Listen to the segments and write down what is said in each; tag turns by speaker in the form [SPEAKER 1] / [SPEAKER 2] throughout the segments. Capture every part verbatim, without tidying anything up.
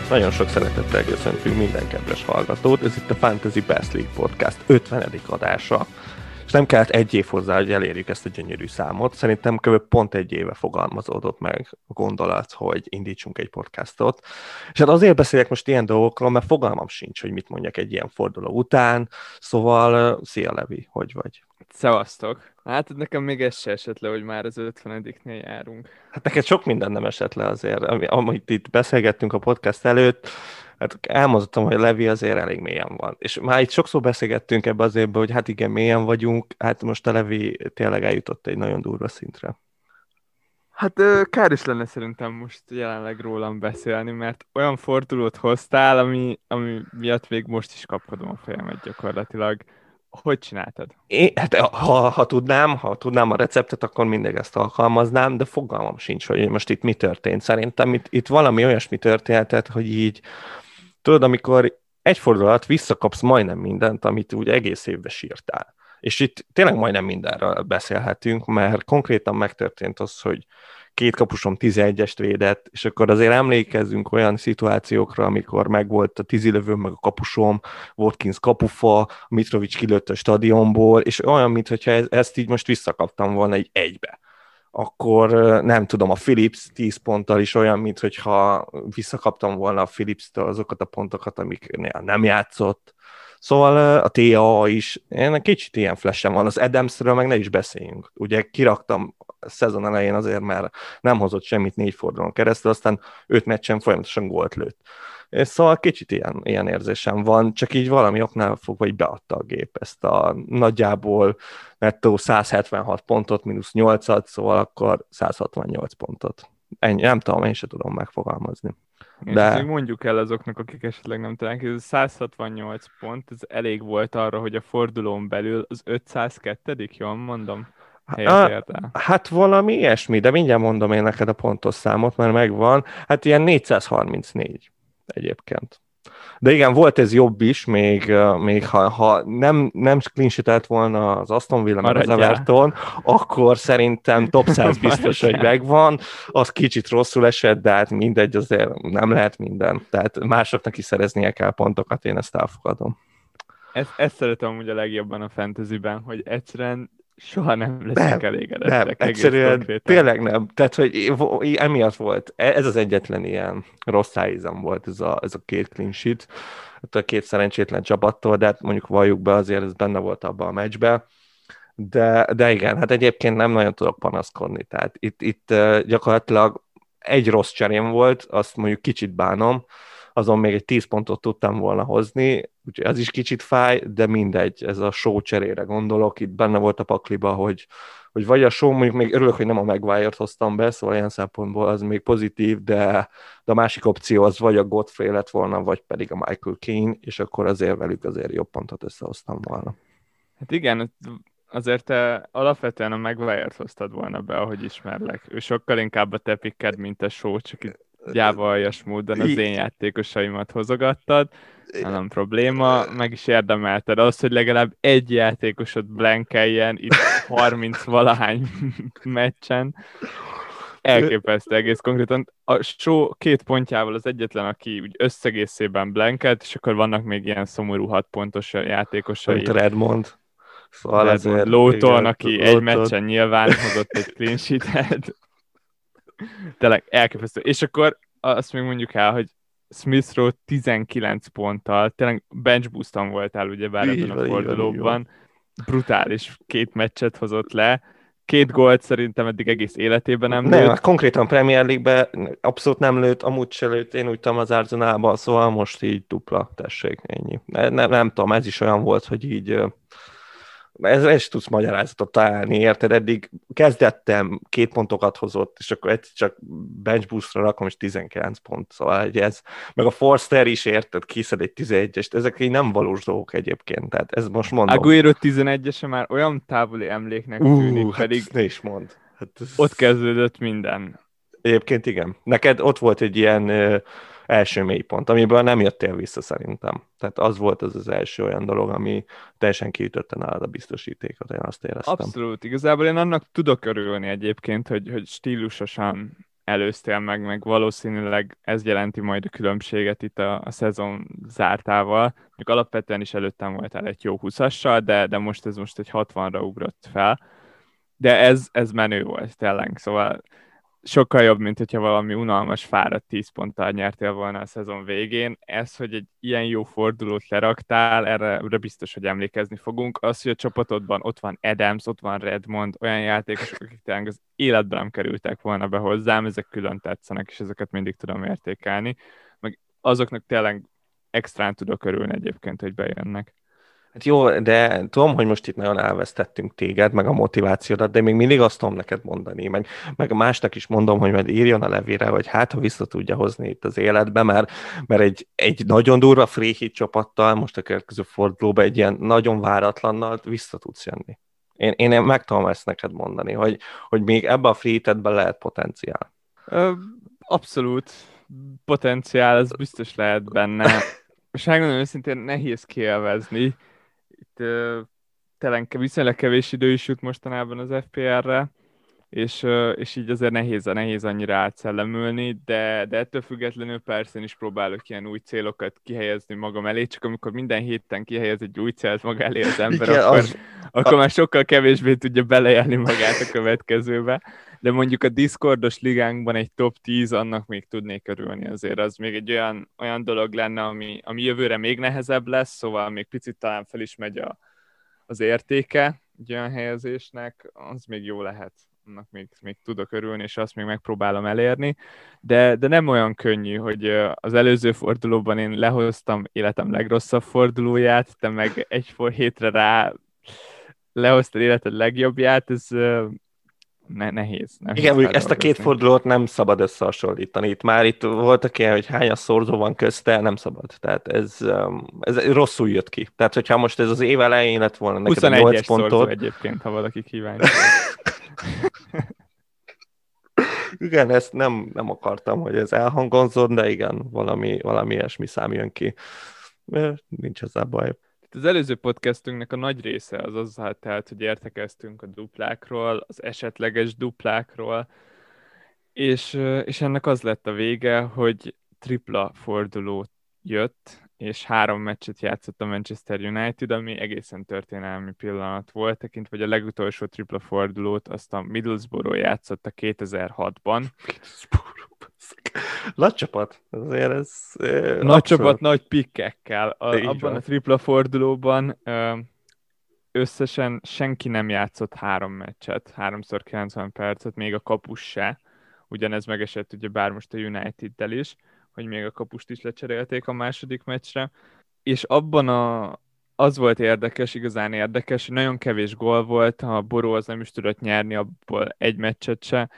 [SPEAKER 1] Nagyon sok szeretettel köszöntünk minden kedves hallgatót. Ez itt a Fantasy Best League Podcast ötvenedik adása. És nem kellett egy év hozzá, hogy elérjük ezt a gyönyörű számot. Szerintem kb. Pont egy éve fogalmazódott meg a gondolat, hogy indítsunk egy podcastot. És hát azért beszélek most ilyen dolgokról, mert fogalmam sincs, hogy mit mondjak egy ilyen forduló után. Szóval, szia Levi, hogy vagy?
[SPEAKER 2] Szevasztok! Hát nekem még ez se esett le, hogy már az ötvenediknél járunk.
[SPEAKER 1] Hát neked sok minden nem esett le azért, amit itt beszélgettünk a podcast előtt. Hát elmondottam, hogy Levi azért elég mélyen van. És már itt sokszor beszélgettünk ebbe az évben, hogy hát igen, mélyen vagyunk, hát most a Levi tényleg eljutott egy nagyon durva szintre.
[SPEAKER 2] Hát ö, kár is lenne szerintem most jelenleg rólam beszélni, mert olyan fordulót hoztál, ami, ami miatt még most is kapkodom a fejemet gyakorlatilag. Hogy csináltad?
[SPEAKER 1] Én, hát ha, ha tudnám, ha tudnám a receptet, akkor mindig ezt alkalmaznám, de fogalmam sincs, hogy most itt mi történt. Szerintem itt, itt valami olyasmi történhetett, hogy így, tudod, amikor egy forduló alatt visszakapsz majdnem mindent, amit úgy egész évben sírtál. És itt tényleg majdnem mindenről beszélhetünk, mert konkrétan megtörtént az, hogy két kapusom tizenegyest védett, és akkor azért emlékezzünk olyan szituációkra, amikor megvolt a tízilövőm, meg a kapusom, Watkins kapufa, Mitrovic kilőtt a stadionból, és olyan, mintha ezt így most visszakaptam volna egy egybe. Akkor nem tudom, a Phillips tíz ponttal is olyan, mintha visszakaptam volna a Phillips-től azokat a pontokat, amiknél nem játszott. Szóval a té á is, én kicsit ilyen flashem van, az Adamsről meg ne is beszéljünk. Ugye kiraktam a szezon elején azért, mert nem hozott semmit négy fordulón keresztül, aztán öt meccsen folyamatosan gólt lőtt. És szóval kicsit ilyen, ilyen érzésem van, csak így valami oknál fogva így beadta a gép ezt a nagyjából nettó száz hetvenhat pontot, mínusz nyolcat, szóval akkor száz hatvannyolc pontot. Ennyi, nem tudom, én sem tudom megfogalmazni.
[SPEAKER 2] De... És még mondjuk el azoknak, akik esetleg nem talán, ez száz hatvannyolc pont, ez elég volt arra, hogy a fordulón belül az ötszázkettő jól mondom?
[SPEAKER 1] A, hát valami ilyesmi, de mindjárt mondom én neked a pontos számot, mert megvan. Hát ilyen négyszázharmincnégy egyébként. De igen, volt ez jobb is, még, még ha, ha nem, nem clean-sheetelt volna az Aston Villa, meg az Everton, akkor szerintem top száz biztos, hogy megvan. Az kicsit rosszul esett, de hát mindegy, azért nem lehet minden. Tehát másoknak is szereznie kell pontokat, én ezt elfogadom.
[SPEAKER 2] Ezt, ezt szeretem amúgy a legjobban a fantasyben, hogy egyszerűen soha nem leszek elégedettek.
[SPEAKER 1] Nem, egyszerűen tényleg nem. Tehát, hogy emiatt volt, ez az egyetlen ilyen rossz szájízom volt, ez a, ez a két clean sheet, a két szerencsétlen csapattól, de hát mondjuk valljuk be, azért ez benne volt abban a meccsben. De, de igen, hát egyébként nem nagyon tudok panaszkodni. Tehát itt, itt gyakorlatilag egy rossz cserém volt, azt mondjuk kicsit bánom, azon még egy tíz pontot tudtam volna hozni, úgyhogy az is kicsit fáj, de mindegy, ez a show cserére gondolok, itt benne volt a pakliba, hogy, hogy vagy a show, mondjuk még örülök, hogy nem a Maguire-t hoztam be, szóval ilyen szempontból az még pozitív, de, de a másik opció az vagy a Godfrey lett volna, vagy pedig a Michael Keane, és akkor azért velük azért jobb pontot összehoztam volna.
[SPEAKER 2] Hát igen, azért te alapvetően a Maguire-t hoztad volna be, ahogy ismerlek. Ő sokkal inkább a te picked, mint a show, csak itt gyáva aljas módon az én játékosaimat hozogattad, nem probléma, meg is érdemelted az, hogy legalább egy játékosod blankeljen itt harminc-valahány meccsen. Elképesztő egész konkrétan. A show két pontjával az egyetlen, aki úgy összegészében blankelt, és akkor vannak még ilyen szomorú hat pontos játékosai.
[SPEAKER 1] Mint Redmond.
[SPEAKER 2] Szóval Redmond Lowton, aki Lowton. Egy meccsen nyilván hozott egy clean sheet-et. Tényleg elképesztő. És akkor azt még mondjuk el, hogy Smith Rowe tizenkilenc ponttal, tényleg bench booston voltál ugyebár ebben a fordulóban. Brutális két meccset hozott le. Két gólt szerintem eddig egész életében nem lőtt.
[SPEAKER 1] Nem, konkrétan Premier League-ben abszolút nem lőtt, amúgy se lőtt, én úgy tudom az Arsenalban, szóval most így dupla, tessék, ennyi. Nem, nem, nem tudom, ez is olyan volt, hogy így ez, ez is tudsz magyarázatot találni, érted? Eddig kezdettem, két pontokat hozott, és akkor egy csak bench boostra rakom, és tizenkilenc pont, szóval ez, meg a Forster is, érted, kiszed egy tizenegyest, ezek így nem valós dolgok egyébként, tehát ez most mondom.
[SPEAKER 2] Agüero tizenegyese már olyan távoli emléknek tűnik, uh, pedig
[SPEAKER 1] hát ne is mond.
[SPEAKER 2] Hát ez... ott kezdődött minden.
[SPEAKER 1] Egyébként igen. Neked ott volt egy ilyen ö, első mélypont, amiből nem jöttél vissza szerintem. Tehát az volt az az első olyan dolog, ami teljesen kiütötte nálad a biztosítékot, én azt éreztem.
[SPEAKER 2] Abszolút. Igazából én annak tudok örülni egyébként, hogy, hogy stílusosan előztél meg, meg valószínűleg ez jelenti majd a különbséget itt a, a szezon zártával. Még alapvetően is előttem voltál egy jó húszassal, de, de most ez most egy hatvanra ugrott fel. De ez, ez menő volt tényleg, szóval sokkal jobb, mint hogyha valami unalmas, fáradt tíz ponttal nyertél volna a szezon végén. Ez, hogy egy ilyen jó fordulót leraktál, erre, erre biztos, hogy emlékezni fogunk. Az, hogy a csapatodban ott van Adams, ott van Redmond, olyan játékosok, akik tényleg az életben nem kerültek volna be hozzám, ezek külön tetszenek, és ezeket mindig tudom értékelni. Meg azoknak tényleg extrán tudok örülni egyébként, hogy bejönnek.
[SPEAKER 1] Hát jó, de tudom, hogy most itt nagyon elvesztettünk téged, meg a motivációdat, de még mindig azt tudom neked mondani, meg, meg másnak is mondom, hogy majd írjon a levére, hogy hát, ha vissza tudja hozni itt az életbe, mert, mert egy, egy nagyon durva free hit csapattal, most a következő fordulóban egy ilyen nagyon váratlannal vissza tudsz jönni. Én, én meg tudom ezt neked mondani, hogy, hogy még ebbe a free hitedben lehet potenciál.
[SPEAKER 2] Ö, abszolút potenciál, ez biztos lehet benne. És megmondom őszintén, nehéz kielvezni. Itt uh, telen viszonylag kevés idő is jut mostanában az ef pé er-re, és, uh, és így azért nehéz, nehéz annyira átszellemülni, de, de ettől függetlenül persze én is próbálok ilyen új célokat kihelyezni magam elé, csak amikor minden héten kihelyez egy új célt maga elé az ember,
[SPEAKER 1] Igen,
[SPEAKER 2] akkor,
[SPEAKER 1] az...
[SPEAKER 2] akkor már sokkal kevésbé tudja belejelni magát a következőbe. De mondjuk a Discordos ligánkban egy top tíz, annak még tudnék örülni azért. Az még egy olyan, olyan dolog lenne, ami, ami jövőre még nehezebb lesz, szóval még picit talán fel is megy a, az értéke egy olyan helyezésnek, az még jó lehet. Annak még, még tudok örülni, és azt még megpróbálom elérni. De, de nem olyan könnyű, hogy az előző fordulóban én lehoztam életem legrosszabb fordulóját, te meg egy hétre rá lehoztad életed legjobbját, ez... Ne, nehéz. nehéz
[SPEAKER 1] Igen, mondjuk ezt a két fordulót nem szabad összehasonlítani. Itt már itt voltak ilyen, hogy hányas szorzó van közte, nem szabad. Tehát ez, ez rosszul jött ki. Tehát, hogyha most ez az év elején lett volna neked a nyolc pontot...
[SPEAKER 2] egyébként, ha valaki kíváncsi.
[SPEAKER 1] Igen, ezt nem, nem akartam, hogy ez elhangozzon, de igen, valami, valami ilyesmi szám jön ki. Nincs ezzel baj.
[SPEAKER 2] Az előző podcastünknek a nagy része az az, tehát, hogy értekeztünk a duplákról, az esetleges duplákról, és, és ennek az lett a vége, hogy tripla forduló jött, és három meccset játszott a Manchester United, ami egészen történelmi pillanat volt, tekintve, hogy a legutolsó tripla fordulót azt a Middlesbrough játszotta kétezer-hatban.
[SPEAKER 1] Nagy csapat, azért ez...
[SPEAKER 2] Nagy abszolút. Csapat, nagy pikkekkel. A, abban van. A tripla fordulóban ö, összesen senki nem játszott három meccset, háromszor kilencven percet, még a kapus se. Ugyanez megesett ugye bár most a United-del is, hogy még a kapust is lecserélték a második meccsre. És abban a, az volt érdekes, igazán érdekes, hogy nagyon kevés gól volt, a Boró az nem is tudott nyerni abból egy meccset se,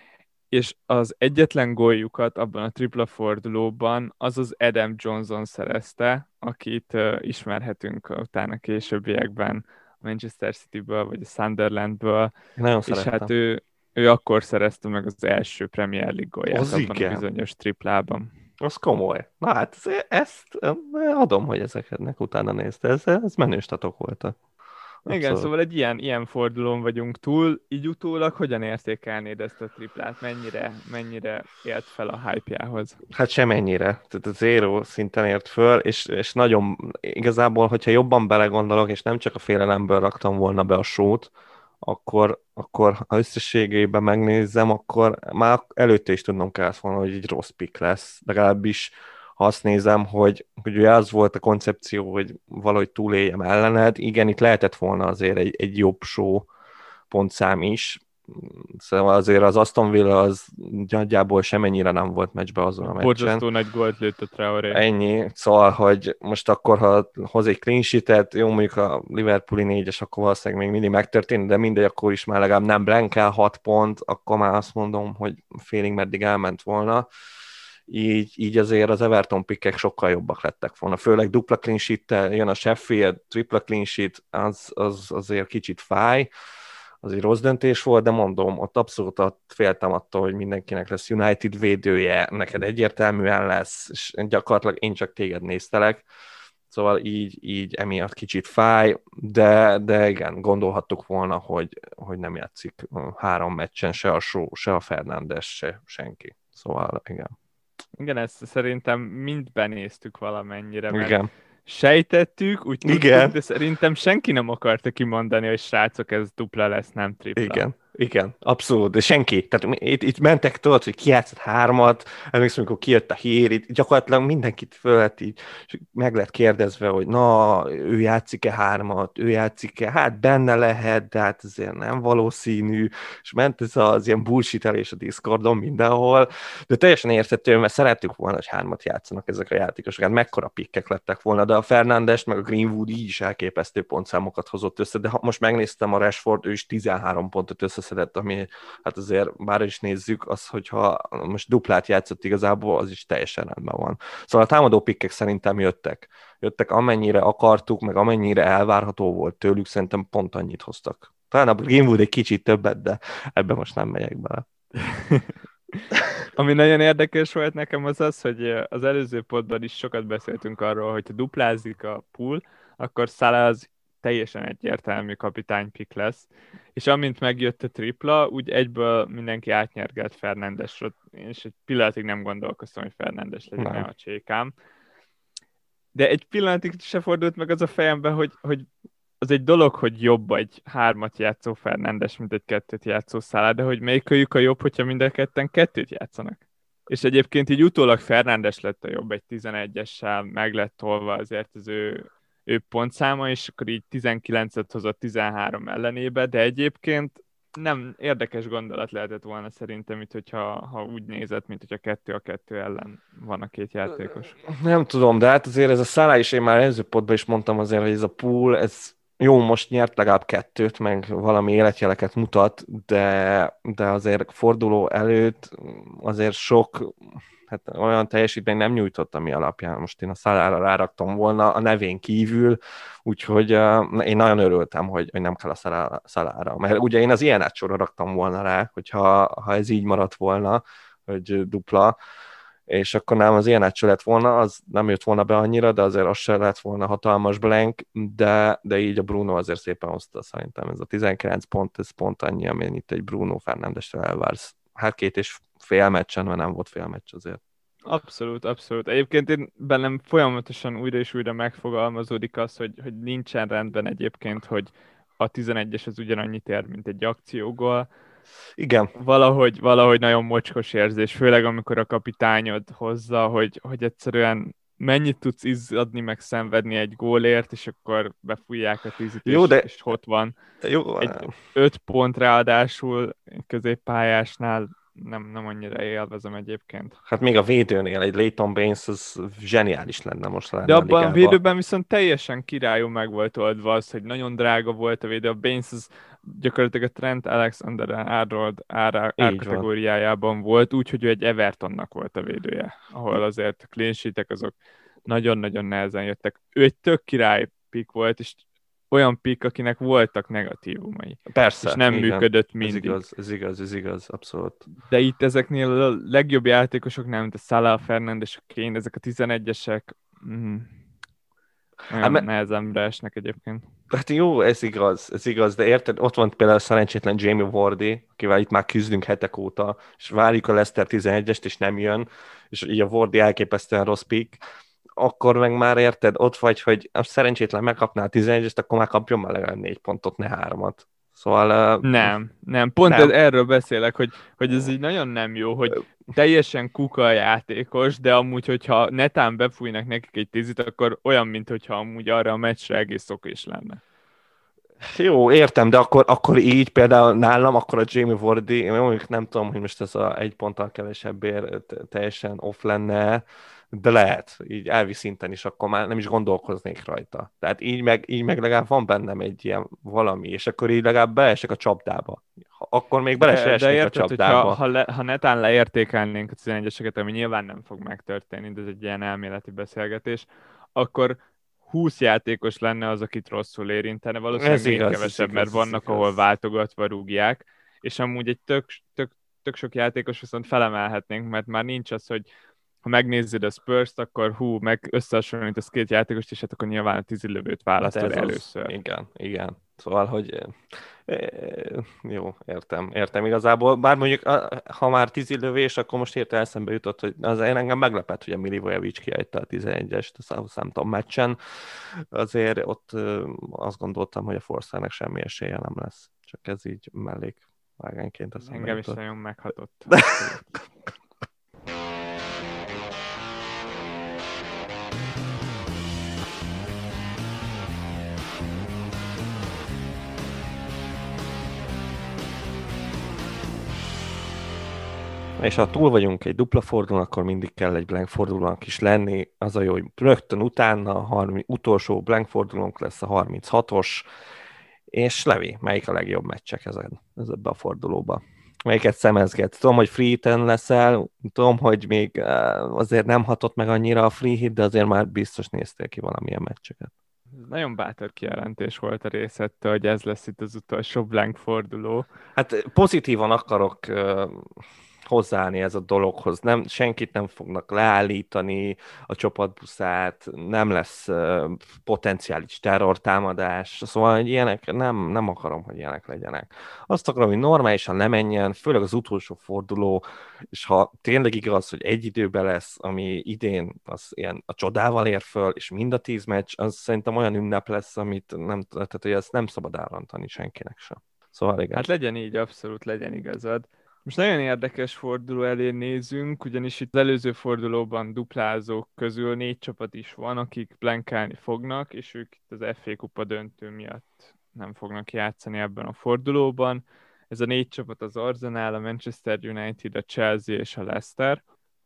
[SPEAKER 2] és az egyetlen góljukat abban a tripla fordulóban az az Adam Johnson szerezte, akit uh, ismerhetünk utána későbbiekben a Manchester Cityből, vagy a Sunderlandből,
[SPEAKER 1] nagyon
[SPEAKER 2] és
[SPEAKER 1] szerettem.
[SPEAKER 2] hát ő, ő akkor szerezte meg az első Premier League gólját
[SPEAKER 1] az
[SPEAKER 2] abban
[SPEAKER 1] igen.
[SPEAKER 2] a bizonyos triplában.
[SPEAKER 1] Az komoly. Na hát ezt adom, hogy ezeknek utána nézte. Ez, ez menő statok voltak.
[SPEAKER 2] Abszolút. Igen, szóval egy ilyen, ilyen fordulón vagyunk túl. Így utólag hogyan értékelnéd ezt a triplát? Mennyire, mennyire ért fel a hype-jához?
[SPEAKER 1] Hát semennyire. Tehát a zero szinten ért föl, és, és nagyon igazából, hogyha jobban belegondolok, és nem csak a félelemből raktam volna be a sót, akkor, akkor ha összességében megnézzem, akkor már előtte is tudnom kellett volna, hogy egy rossz pick lesz. Legalábbis ha azt nézem, hogy, hogy ugye az volt a koncepció, hogy valahogy túléljem ellened. Igen, itt lehetett volna azért egy, egy jobb show pontszám is. Szóval azért az Aston Villa az nagyjából semennyire nem volt meccsbe azon a meccsen.
[SPEAKER 2] Borzasztó nagy gólt lőtt a Traoré.
[SPEAKER 1] Ennyi. Szóval, hogy most akkor, ha hoz egy clean sheet-et, jó, mondjuk a Liverpooli négyes, akkor valószínűleg még mindig megtörtént, de mindegy, akkor is már legalább nem blankel hat pont, akkor már azt mondom, hogy félig meddig elment volna. Így, így azért az Everton pickek sokkal jobbak lettek volna. Főleg dupla clean sheet-tel jön a Sheffield, tripla clean sheet, az, az azért kicsit fáj. Az egy rossz döntés volt, de mondom, ott abszolút féltem attól, hogy mindenkinek lesz United védője, neked egyértelműen lesz, és gyakorlatilag én csak téged néztelek. Szóval így, így emiatt kicsit fáj, de, de igen, gondolhattuk volna, hogy, hogy nem játszik három meccsen se a Shaw, se a Fernandes, se senki. Szóval igen.
[SPEAKER 2] Igen, ezt szerintem mind benéztük valamennyire, mert
[SPEAKER 1] Igen.
[SPEAKER 2] sejtettük, úgy tudtuk,
[SPEAKER 1] Igen.
[SPEAKER 2] de szerintem senki nem akarta kimondani, hogy srácok, ez dupla lesz, nem tripla.
[SPEAKER 1] Igen, igen, abszolút, de senki. Tehát itt, itt mentek, tudod, hogy ki játszott hármat, emlékszem, amikor kijött a hír, itt gyakorlatilag mindenkit föl lett így, és meg lett kérdezve, hogy na, ő játszik-e hármat, ő játszik-e, hát benne lehet, de hát azért nem valószínű, és ment ez az ilyen bullshitelés a Discordon mindenhol, de teljesen érthető, mert szerettük volna, hogy hármat játszanak ezek a játékosok, hát mekkora pikkek lettek volna, de a Fernandes meg a Greenwood így is elképesztő pontszámokat hozott össze, de ha most megnéztem a Rashford, ő is tizenhárom pontot összeszedett, ami hát azért bár is nézzük, az, hogyha most duplát játszott igazából, az is teljesen rendben van. Szóval a támadó pikkek szerintem jöttek. Jöttek amennyire akartuk, meg amennyire elvárható volt tőlük, szerintem pont annyit hoztak. Talán a Greenwood egy kicsit többet, de ebben most nem megyek bele.
[SPEAKER 2] Ami nagyon érdekes volt nekem az az, hogy az előző podban is sokat beszéltünk arról, hogy ha duplázik a pool, akkor Salah az teljesen egyértelmű kapitánypick lesz, és amint megjött a tripla, úgy egyből mindenki átnyergelt Fernandesről, és egy pillanatig nem gondolkoztam, hogy Fernandes legyen
[SPEAKER 1] Nem.
[SPEAKER 2] a csékám. De egy pillanatig se fordult meg az a fejembe, hogy, hogy az egy dolog, hogy jobb egy hármat játszó Fernandes, mint egy kettőt játszó Salah, de hogy melyikőjük a jobb, hogyha mind a ketten kettőt játszanak. És egyébként így utólag Fernandes lett a jobb egy tizenegyessel, meg lett tolva azért az ő, ő pontszáma, és akkor így tizenkilencet hozott tizenhárom ellenébe, de egyébként nem érdekes gondolat lehetett volna szerintem, itt, hogyha ha úgy nézett, mint hogyha kettő a kettő ellen van a két játékos.
[SPEAKER 1] Nem tudom, de hát azért ez a Salah is, én már előző podban is mondtam azért, hogy ez a pool, ez jó, most nyert legalább kettőt, meg valami életjeleket mutat, de, de azért forduló előtt azért sok, hát olyan teljesítmény nem nyújtott, ami alapján most én a Salahra ráraktam volna a nevén kívül, úgyhogy uh, én nagyon örültem, hogy, hogy nem kell a Salah, Salahra, mert ugye én az ilyen átsorra raktam volna rá, hogyha ha ez így maradt volna, hogy dupla, és akkor nem az ilyen átcső lett volna, az nem jött volna be annyira, de azért az se lett volna hatalmas blank, de, de így a Bruno azért szépen hozta szerintem. Ez a tizenkilenc pont, ez pont annyi, amennyit egy Bruno Fernandesre elvársz. Hát két és fél meccsen, mert nem volt fél meccs azért.
[SPEAKER 2] Abszolút, abszolút. Egyébként én bennem folyamatosan újra és újra megfogalmazódik az, hogy, hogy nincsen rendben egyébként, hogy a tizenegyes az ugyanannyit ér, mint egy akciógól.
[SPEAKER 1] Igen.
[SPEAKER 2] Valahogy, valahogy nagyon mocskos érzés, főleg amikor a kapitányod hozza, hogy, hogy egyszerűen mennyit tudsz izzadni, meg szenvedni egy gólért, és akkor befújják a tízit,
[SPEAKER 1] Jó,
[SPEAKER 2] és,
[SPEAKER 1] de...
[SPEAKER 2] és ott van.
[SPEAKER 1] Jó,
[SPEAKER 2] egy öt pont ráadásul középpályásnál nem, nem annyira élvezem egyébként.
[SPEAKER 1] Hát még a védőnél egy Leighton Baines az zseniális lenne most lenne
[SPEAKER 2] de
[SPEAKER 1] a
[SPEAKER 2] abban a
[SPEAKER 1] ligába.
[SPEAKER 2] védőben viszont teljesen királyú meg volt oldva az, hogy nagyon drága volt a védő. A Baines az gyakorlatilag a Trent Alexander-Arnold árkategóriájában volt, úgyhogy ő egy Evertonnak volt a védője, ahol azért a clean sheetek azok nagyon-nagyon nehezen jöttek. Ő egy tök király pick volt, és olyan pick, akinek voltak negatívumai.
[SPEAKER 1] Persze,
[SPEAKER 2] és nem
[SPEAKER 1] igen,
[SPEAKER 2] működött mindig.
[SPEAKER 1] Ez igaz, ez igaz, ez igaz, abszolút.
[SPEAKER 2] De itt ezeknél a legjobb játékosoknál, mint a Salah, Fernandes, a Kane, ezek a tizenegyesek mm, olyan hát, nehezembre esnek egyébként.
[SPEAKER 1] Hát jó, ez igaz, ez igaz, de érted, ott van például a szerencsétlen Jamie Vardy, akivel itt már küzdünk hetek óta, és várjuk a Leicester tizenegyest, és nem jön, és így a Vardy elképesztően rossz pick, akkor meg már érted, ott vagy, hogy a szerencsétlen megkapná a tizenegyest, akkor már kapjon már legalább négy pontot, ne háromat. Szóval... Uh,
[SPEAKER 2] nem, nem, pont
[SPEAKER 1] nem.
[SPEAKER 2] Ez, erről beszélek, hogy, hogy ez így nagyon nem jó, hogy teljesen kuka a játékos, de amúgy, hogyha netán befújnak nekik egy tízit, akkor olyan, mint hogyha amúgy arra a meccsre egész szokés lenne.
[SPEAKER 1] Jó, értem, de akkor, akkor így például nálam, akkor a Jamie Vardy, én mondjuk nem tudom, hogy most ez a egy ponttal kevesebbért teljesen off lenne, de lehet, így elvi szinten is, akkor már nem is gondolkoznék rajta. Tehát így meg, így meg legalább van bennem egy ilyen valami, és akkor így legalább beleesek a csapdába. Akkor még bele se esnék a csapdába.
[SPEAKER 2] Ha, ha, le, ha netán leértékelnénk a tizenegyeseket, ami nyilván nem fog megtörténni, de ez egy ilyen elméleti beszélgetés, akkor húsz játékos lenne az, akit rosszul érintene, valószínűleg még kevesebb, igaz, mert vannak, ahol váltogatva rúgják, és amúgy egy tök, tök, tök sok játékos viszont felemelhetnénk, mert már nincs az, hogy ha megnézzük a Spurs-t, akkor hú, meg összehasonlítasz két játékost, és hát akkor nyilván a tízilövőt
[SPEAKER 1] Hát
[SPEAKER 2] választod
[SPEAKER 1] ez az,
[SPEAKER 2] először.
[SPEAKER 1] igen, igen. Szóval, hogy eh, jó, értem, értem igazából. Bár mondjuk, a- ha már tízilövés, akkor most hirtelen eszembe jutott, hogy az én engem meglepett, hogy a Milivojevic kihagyta a tizenegyest a Southampton meccsen. Azért ott eh, azt gondoltam, hogy a Forsternek semmi esélye nem lesz. Csak ez így mellék vágányként eszembe
[SPEAKER 2] Engem is
[SPEAKER 1] jutott.
[SPEAKER 2] nagyon meghatott.
[SPEAKER 1] És ha túl vagyunk egy dupla fordulón, akkor mindig kell egy blank fordulónak is lenni. Az a jó, hogy rögtön utána a harminc, utolsó blank fordulónk lesz a harminchatos. És Levi, melyik a legjobb meccsek ezen, ez ebbe a fordulóba? Melyiket szemezget? Tudom, hogy free hiten leszel, tudom, hogy még eh, azért nem hatott meg annyira a free hit, de azért már biztos néztél ki valamilyen meccseket.
[SPEAKER 2] Ez nagyon bátor kijelentés volt a részettől, hogy ez lesz itt az utolsó blank forduló.
[SPEAKER 1] Hát pozitívan akarok uh, hozzáállni ez a dologhoz. Nem, senkit nem fognak leállítani a csapatbuszát, nem lesz uh, potenciális terrortámadás, szóval hogy ilyenek, nem, nem akarom, hogy ilyenek legyenek. Azt akarom, hogy normálisan lemenjen, főleg az utolsó forduló, és ha tényleg igaz, hogy egy időben lesz, ami idén az ilyen a csodával ér föl, és mind a tíz meccs, az szerintem olyan ünnep lesz, amit nem, tehát, hogy ezt nem szabad elrontani senkinek sem. Szóval igen.
[SPEAKER 2] Hát legyen így, abszolút legyen igazad. Most nagyon érdekes forduló elé nézünk, ugyanis itt az előző fordulóban duplázók közül négy csapat is van, akik blankálni fognak, és ők itt az ef á kupa döntő miatt nem fognak játszani ebben a fordulóban. Ez a négy csapat az Arsenal, a Manchester United, a Chelsea és a Leicester.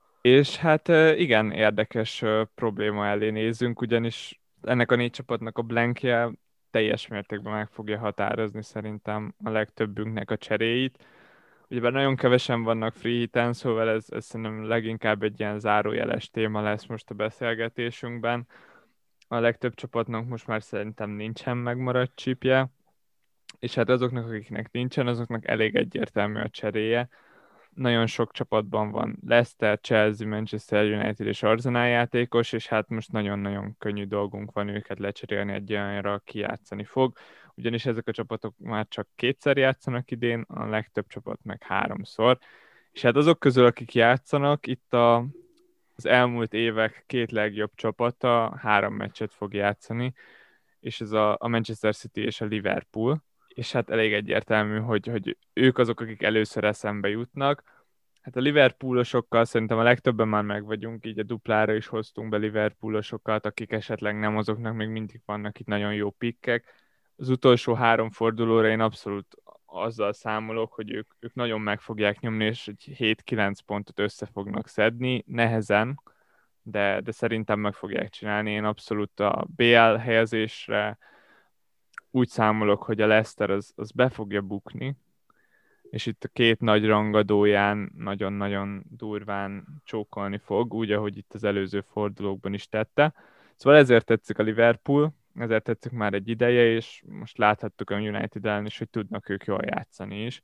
[SPEAKER 2] És hát igen, érdekes probléma elé nézünk, ugyanis ennek a négy csapatnak a blankje teljes mértékben meg fogja határozni szerintem a legtöbbünknek a cseréit. Ugyebár nagyon kevesen vannak free hiten, szóval ez, ez szerintem leginkább egy ilyen zárójeles téma lesz most a beszélgetésünkben. A legtöbb csapatnak most már szerintem nincsen megmaradt chipje, és hát azoknak, akiknek nincsen, azoknak elég egyértelmű a cseréje. Nagyon sok csapatban van Leicester, Chelsea, Manchester United és Arsenal játékos, és hát most nagyon-nagyon könnyű dolgunk van őket lecserélni egy olyanra, aki játszani fog, ugyanis ezek a csapatok már csak kétszer játszanak idén, a legtöbb csapat meg háromszor, és hát azok közül, akik játszanak, itt a, az elmúlt évek két legjobb csapata három meccset fog játszani, és ez a, a Manchester City és a Liverpool, és hát elég egyértelmű, hogy, hogy ők azok, akik először eszembe jutnak. Hát a Liverpoolosokkal szerintem a legtöbben már meg vagyunk, így a duplára is hoztunk be Liverpoolosokat, akik esetleg nem, azoknak még mindig vannak itt nagyon jó pikkek. Az utolsó három fordulóra én abszolút azzal számolok, hogy ők, ők nagyon meg fogják nyomni, és egy hét-kilenc pontot össze fognak szedni, nehezen, de, de szerintem meg fogják csinálni. Én abszolút a bé el helyezésre úgy számolok, hogy a Leicester az, az be fogja bukni, és itt a két nagy rangadóján nagyon-nagyon durván csókolni fog, úgy, ahogy itt az előző fordulókban is tette. Szóval ezért tetszik a Liverpool, ezért tetszik már egy ideje, és most láthattuk a United ellen is, hogy tudnak ők jól játszani is.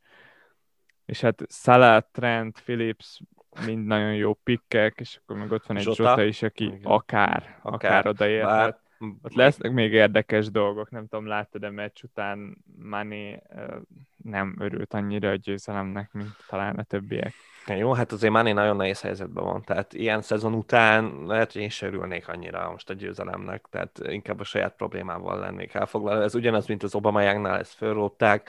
[SPEAKER 2] És hát Salah, Trent, Phillips mind nagyon jó pikkek, és akkor meg ott van egy
[SPEAKER 1] Zsota,
[SPEAKER 2] Zsota is, aki
[SPEAKER 1] igen.
[SPEAKER 2] akár, akár, akár odaérhet.
[SPEAKER 1] Bár...
[SPEAKER 2] Ott lesznek még érdekes dolgok, nem tudom, láttad a meccs után Mané nem örült annyira a győzelemnek, mint talán a többiek.
[SPEAKER 1] Jó, hát azért Mané nagyon nehéz helyzetben van, tehát ilyen szezon után lehet, hogy én sem örülnék annyira most a győzelemnek, tehát inkább a saját problémával lennék elfoglalva. Ez ugyanaz, mint az Obamayángnál, ezt fölrótták.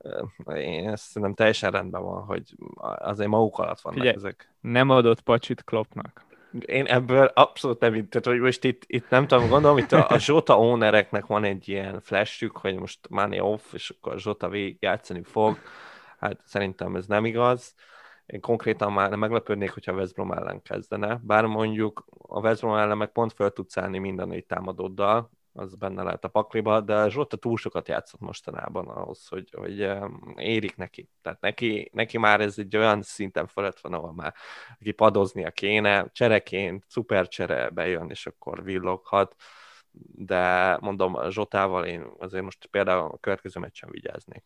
[SPEAKER 1] Én ezt szerintem teljesen rendben van, hogy azért maguk alatt vannak
[SPEAKER 2] Figyelj,
[SPEAKER 1] ezek.
[SPEAKER 2] Nem adott pacsit Kloppnak.
[SPEAKER 1] Én ebből abszolút nem, tehát hogy most itt, itt nem tudom, gondolom, itt a, a Zsota ownereknek van egy ilyen flashük, hogy most Mané off, és akkor Zsota végig játszani fog. Hát szerintem ez nem igaz. Én konkrétan már meglepődnék, hogyha a West Brom ellen kezdene, bár mondjuk a West Brom ellen meg pont fel tudsz állni minden négy támadóddal, az benne lehet a pakliba, de Zsota túl sokat játszott mostanában ahhoz, hogy, hogy érik neki. Tehát neki, neki már ez egy olyan szinten felett van, ahol már aki padoznia kéne, csereként, szuper csere bejön, és akkor villoghat, de mondom, Zsotával én azért most például a következő meccsen vigyáznék.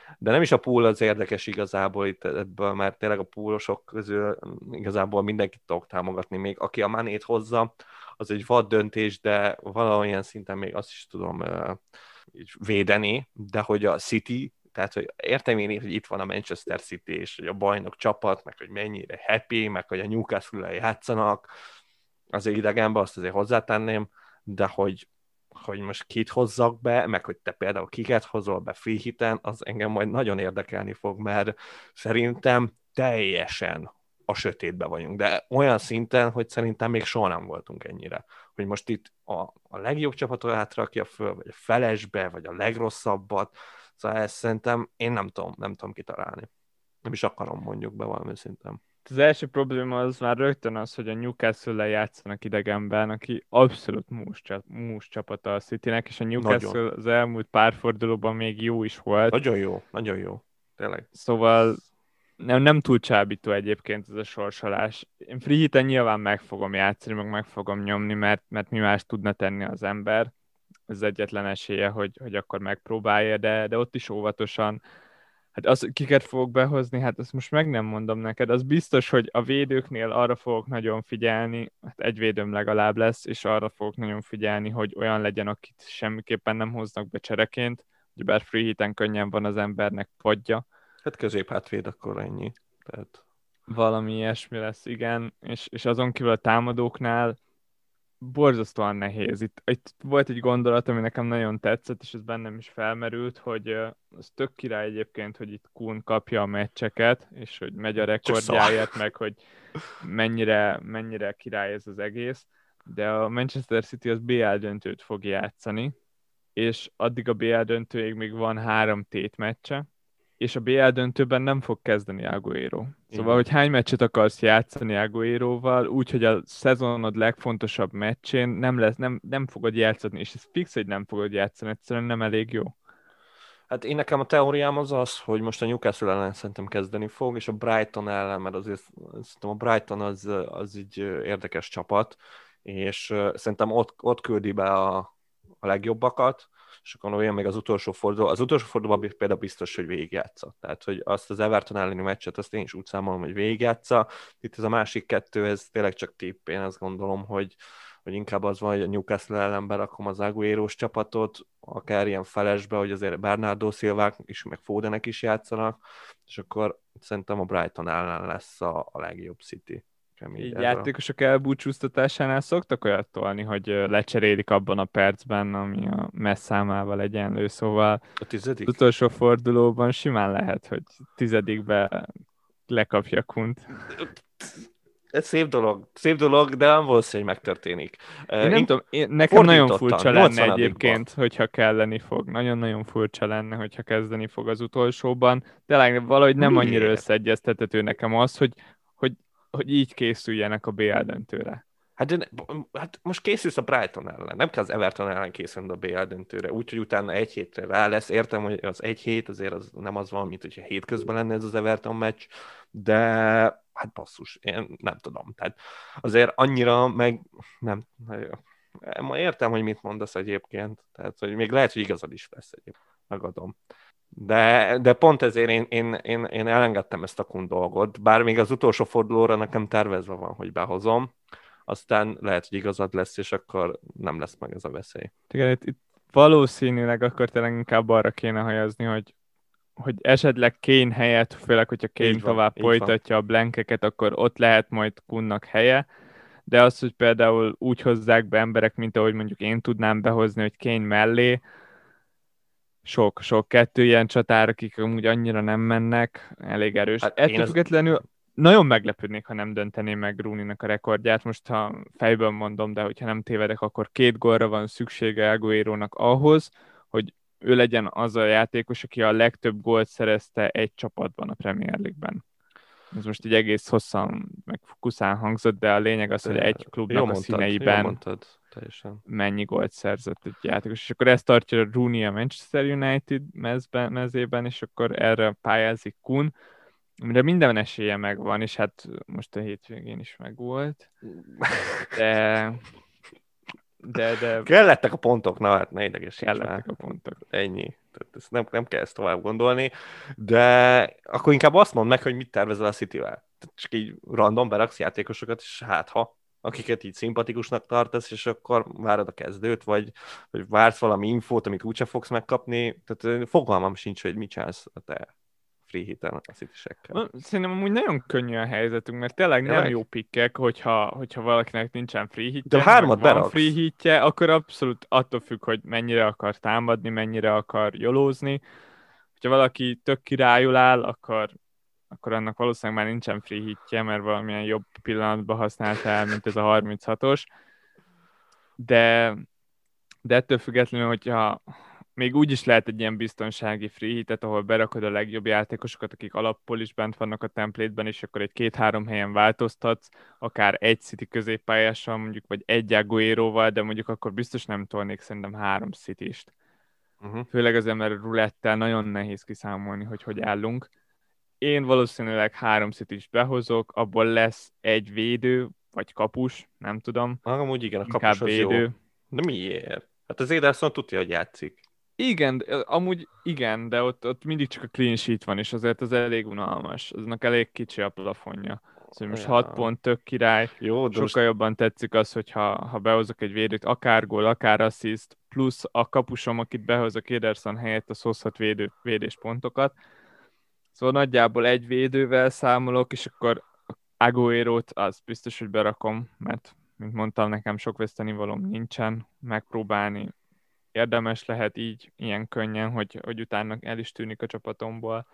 [SPEAKER 1] De nem is a pool az érdekes igazából itt ebből, mert tényleg a poolosok közül igazából mindenkit tudok támogatni, még aki a manét hozza, az egy vad döntés, de valamilyen szinten még azt is tudom uh, így védeni, de hogy a City, tehát hogy értem én, hogy itt van a Manchester City, és hogy a bajnok csapat, meg hogy mennyire happy, meg hogy a Newcastle-el játszanak, azért idegenben azt azért hozzátenném, de hogy hogy most kit hozzak be, meg hogy te például kiket hozol be free hiten, az engem majd nagyon érdekelni fog, mert szerintem teljesen a sötétbe vagyunk, de olyan szinten, hogy szerintem még soha nem voltunk ennyire. Hogy most itt a, a legjobb csapatot átrakja föl, vagy a felesbe, vagy a legrosszabbat, szóval ezt szerintem én nem tudom, nem tudom kitalálni. Nem is akarom mondjuk be valami szinten.
[SPEAKER 2] Az első probléma az már rögtön az, hogy a Newcastle-lel játszanak idegenben, aki abszolút mús, csap, mús csapata a Citynek, és a Newcastle
[SPEAKER 1] Nagyon.
[SPEAKER 2] az elmúlt pár fordulóban még jó is volt.
[SPEAKER 1] Nagyon jó, nagyon jó. Tényleg.
[SPEAKER 2] Szóval nem, nem túl csábító egyébként ez a sorsolás. Én free hiten nyilván meg fogom játszani, meg meg fogom nyomni, mert, mert mi más tudna tenni az ember. Ez egyetlen esélye, hogy, hogy akkor megpróbálja, de, de ott is óvatosan. Hát az, kiket fogok behozni, hát azt most meg nem mondom neked. Az biztos, hogy a védőknél arra fogok nagyon figyelni, hát egy védőm legalább lesz, és arra fogok nagyon figyelni, hogy olyan legyen, akit semmiképpen nem hoznak be csereként, hogy bár free hiten könnyen van az embernek padja.
[SPEAKER 1] Hát középhátvéd akkor ennyi. Tehát...
[SPEAKER 2] Valami ilyesmi lesz, igen, és, és azon kívül a támadóknál borzasztóan nehéz. Itt, itt volt egy gondolat, ami nekem nagyon tetszett, és ez bennem is felmerült, hogy uh, az tök király egyébként, hogy itt Kun kapja a meccseket, és hogy megy a rekordjáért, meg hogy mennyire, mennyire király ez az egész, de a Manchester City az bé el döntőt fog játszani, és addig a bé el döntőig még van három tétmeccse, és a bé el döntőben nem fog kezdeni Agüero. Szóval, hogy hány meccset akarsz játszani Agüeroval, úgyhogy a szezonod legfontosabb meccsén nem, lesz, nem, nem fogod játszani, és ez fix, hogy nem fogod játszani, egyszerűen nem elég jó.
[SPEAKER 1] Hát én nekem a teóriám az az, hogy most a Newcastle ellen szerintem kezdeni fog, és a Brighton ellen, mert azért szerintem a Brighton az, az így érdekes csapat, és szerintem ott, ott küldi be a, a legjobbakat, és akkor olyan még az utolsó forduló. Az utolsó fordulóban például biztos, hogy végigjátsza. Tehát, hogy azt az Everton elleni meccset, azt én is úgy számolom, hogy végigjátsza. Itt ez a másik kettő, ez tényleg csak tipp. Én azt gondolom, hogy, hogy inkább az van, hogy a Newcastle ellen berakom az Agüeros csapatot, akár ilyen felesbe, hogy azért Bernardo Silvák is, meg Fodenek is játszanak, és akkor szerintem a Brighton ellen lesz a, a legjobb City.
[SPEAKER 2] Így játékosok elbúcsúztatásánál szoktak olyat tolni, hogy lecserélik abban a percben, ami a messz számával egyenlő, szóval
[SPEAKER 1] a tizedik?
[SPEAKER 2] Az utolsó fordulóban simán lehet, hogy tizedikbe lekapja Kunt.
[SPEAKER 1] Ez szép dolog, szép dolog, de nem valószínű, hogy megtörténik.
[SPEAKER 2] Én nem én tudom, én, nekem nagyon furcsa lenne egyébként,
[SPEAKER 1] ba.
[SPEAKER 2] hogyha kelleni fog. Nagyon-nagyon furcsa lenne, hogyha kezdeni fog az utolsóban. De valahogy nem
[SPEAKER 1] Miért?
[SPEAKER 2] annyira összeegyeztethető nekem az, hogy, hogy, hogy így készüljenek a bé el döntőre.
[SPEAKER 1] Hát, de, hát most készülsz a Brighton ellen, nem kell az Everton ellen készülni a bé el döntőre, úgyhogy utána egy hétre rá lesz. Értem, hogy az egy hét azért az nem az van, mint hogyha hétközben lenne ez az Everton meccs, de hát basszus, én nem tudom. Tehát azért annyira meg nem, ma értem, hogy mit mondasz egyébként, tehát hogy még lehet, hogy igazad is lesz egyébként, megadom. De, de pont ezért én, én, én, én elengedtem ezt a Kun dolgot, bár még az utolsó fordulóra nekem tervezve van, hogy behozom, aztán lehet, hogy igazad lesz, és akkor nem lesz meg ez a veszély.
[SPEAKER 2] Igen, itt, itt valószínűleg akkor tényleg inkább arra kéne hajazni, hogy, hogy esetleg Kane helyett, főleg, hogyha Kane van, tovább folytatja a blankeket, akkor ott lehet majd Kunnak helye, de az, hogy például úgy hozzák be emberek, mint ahogy mondjuk én tudnám behozni, hogy Kane mellé, sok, sok kettő ilyen csatár, akik amúgy annyira nem mennek, elég erős. Hát ettől függetlenül az... nagyon meglepődnék, ha nem dönteném meg Rooney-nak a rekordját. Most, ha fejből mondom, de hogyha nem tévedek, akkor két gólra van szüksége Agüerónak ahhoz, hogy ő legyen az a játékos, aki a legtöbb gólt szerezte egy csapatban a Premier League-ben. Ez most így egész hosszan, meg kuszán hangzott, de a lényeg az, hogy egy klubnak
[SPEAKER 1] jó
[SPEAKER 2] a
[SPEAKER 1] mondtad,
[SPEAKER 2] színeiben
[SPEAKER 1] mondtad,
[SPEAKER 2] mennyi gólt szerzett egy játékos. És akkor ezt tartja Rooney a Manchester United mezben, mezében, és akkor erre pályázik Kun, amire minden esélye megvan, és hát most a hétvégén is megvolt. De de, de
[SPEAKER 1] Kellettek a pontok, na hát ne idegesíts már.
[SPEAKER 2] kellettek a pontok.
[SPEAKER 1] Ennyi. Tehát ezt nem, nem kell ezt tovább gondolni, de akkor inkább azt mondd meg, hogy mit tervezel a Cityvel. Tehát csak így random beraksz játékosokat, és hát ha, akiket így szimpatikusnak tartasz, és akkor várod a kezdőt, vagy, vagy vársz valami infót, amit úgyse fogsz megkapni. Tehát ö, fogalmam sincs, hogy mit csinálsz a te free hiten a Citysekkel.
[SPEAKER 2] Szerintem amúgy nagyon könnyű a helyzetünk, mert tényleg nem jó
[SPEAKER 1] Tényleg?
[SPEAKER 2] pikkek, hogyha, hogyha valakinek nincsen free
[SPEAKER 1] De
[SPEAKER 2] hitje, vagy
[SPEAKER 1] hármat
[SPEAKER 2] van free
[SPEAKER 1] beraksz.
[SPEAKER 2] hitje, akkor abszolút attól függ, hogy mennyire akar támadni, mennyire akar jolózni. Ha valaki tök királyul áll, akkor, akkor annak valószínűleg már nincsen free hitje, mert valamilyen jobb pillanatban használta el, mint ez a harminchatos. De, de ettől függetlenül, hogyha még úgy is lehet egy ilyen biztonsági free hitet, ahol berakod a legjobb játékosokat, akik alappól is bent vannak a templétben, és akkor egy két-három helyen változtatsz, akár egy City középpályással mondjuk, vagy egy Agueroval, de mondjuk akkor biztos nem tolnék szerintem három City-st.
[SPEAKER 1] Uh-huh.
[SPEAKER 2] Főleg azért, mert rulettel nagyon nehéz kiszámolni, hogy hogy állunk. Én valószínűleg három City-st behozok, abból lesz egy védő, vagy kapus, nem tudom,
[SPEAKER 1] Amúgy igen, a kapus
[SPEAKER 2] inkább
[SPEAKER 1] az jó.
[SPEAKER 2] védő.
[SPEAKER 1] De miért? Hát az Ederson tudja, hogy játszik.
[SPEAKER 2] Igen, de- amúgy igen, de ott, ott mindig csak a clean sheet van, és azért az elég unalmas. Aznak elég kicsi a plafonja. Szóval most hat
[SPEAKER 1] Ja.
[SPEAKER 2] pont, tök király.
[SPEAKER 1] Jó, de most
[SPEAKER 2] Sokkal jobban tetszik az, hogyha ha behozok egy védőt, akár gól, akár assist, plusz a kapusom, akit behozok Ederson helyett, az hozhat védő, védéspontokat. Szóval nagyjából egy védővel számolok, és akkor Agüerót az biztos, hogy berakom, mert mint mondtam, nekem sok vesztenivalóm nincsen, megpróbálni érdemes lehet így, ilyen könnyen, hogy, hogy utána el is tűnik a csapatomból.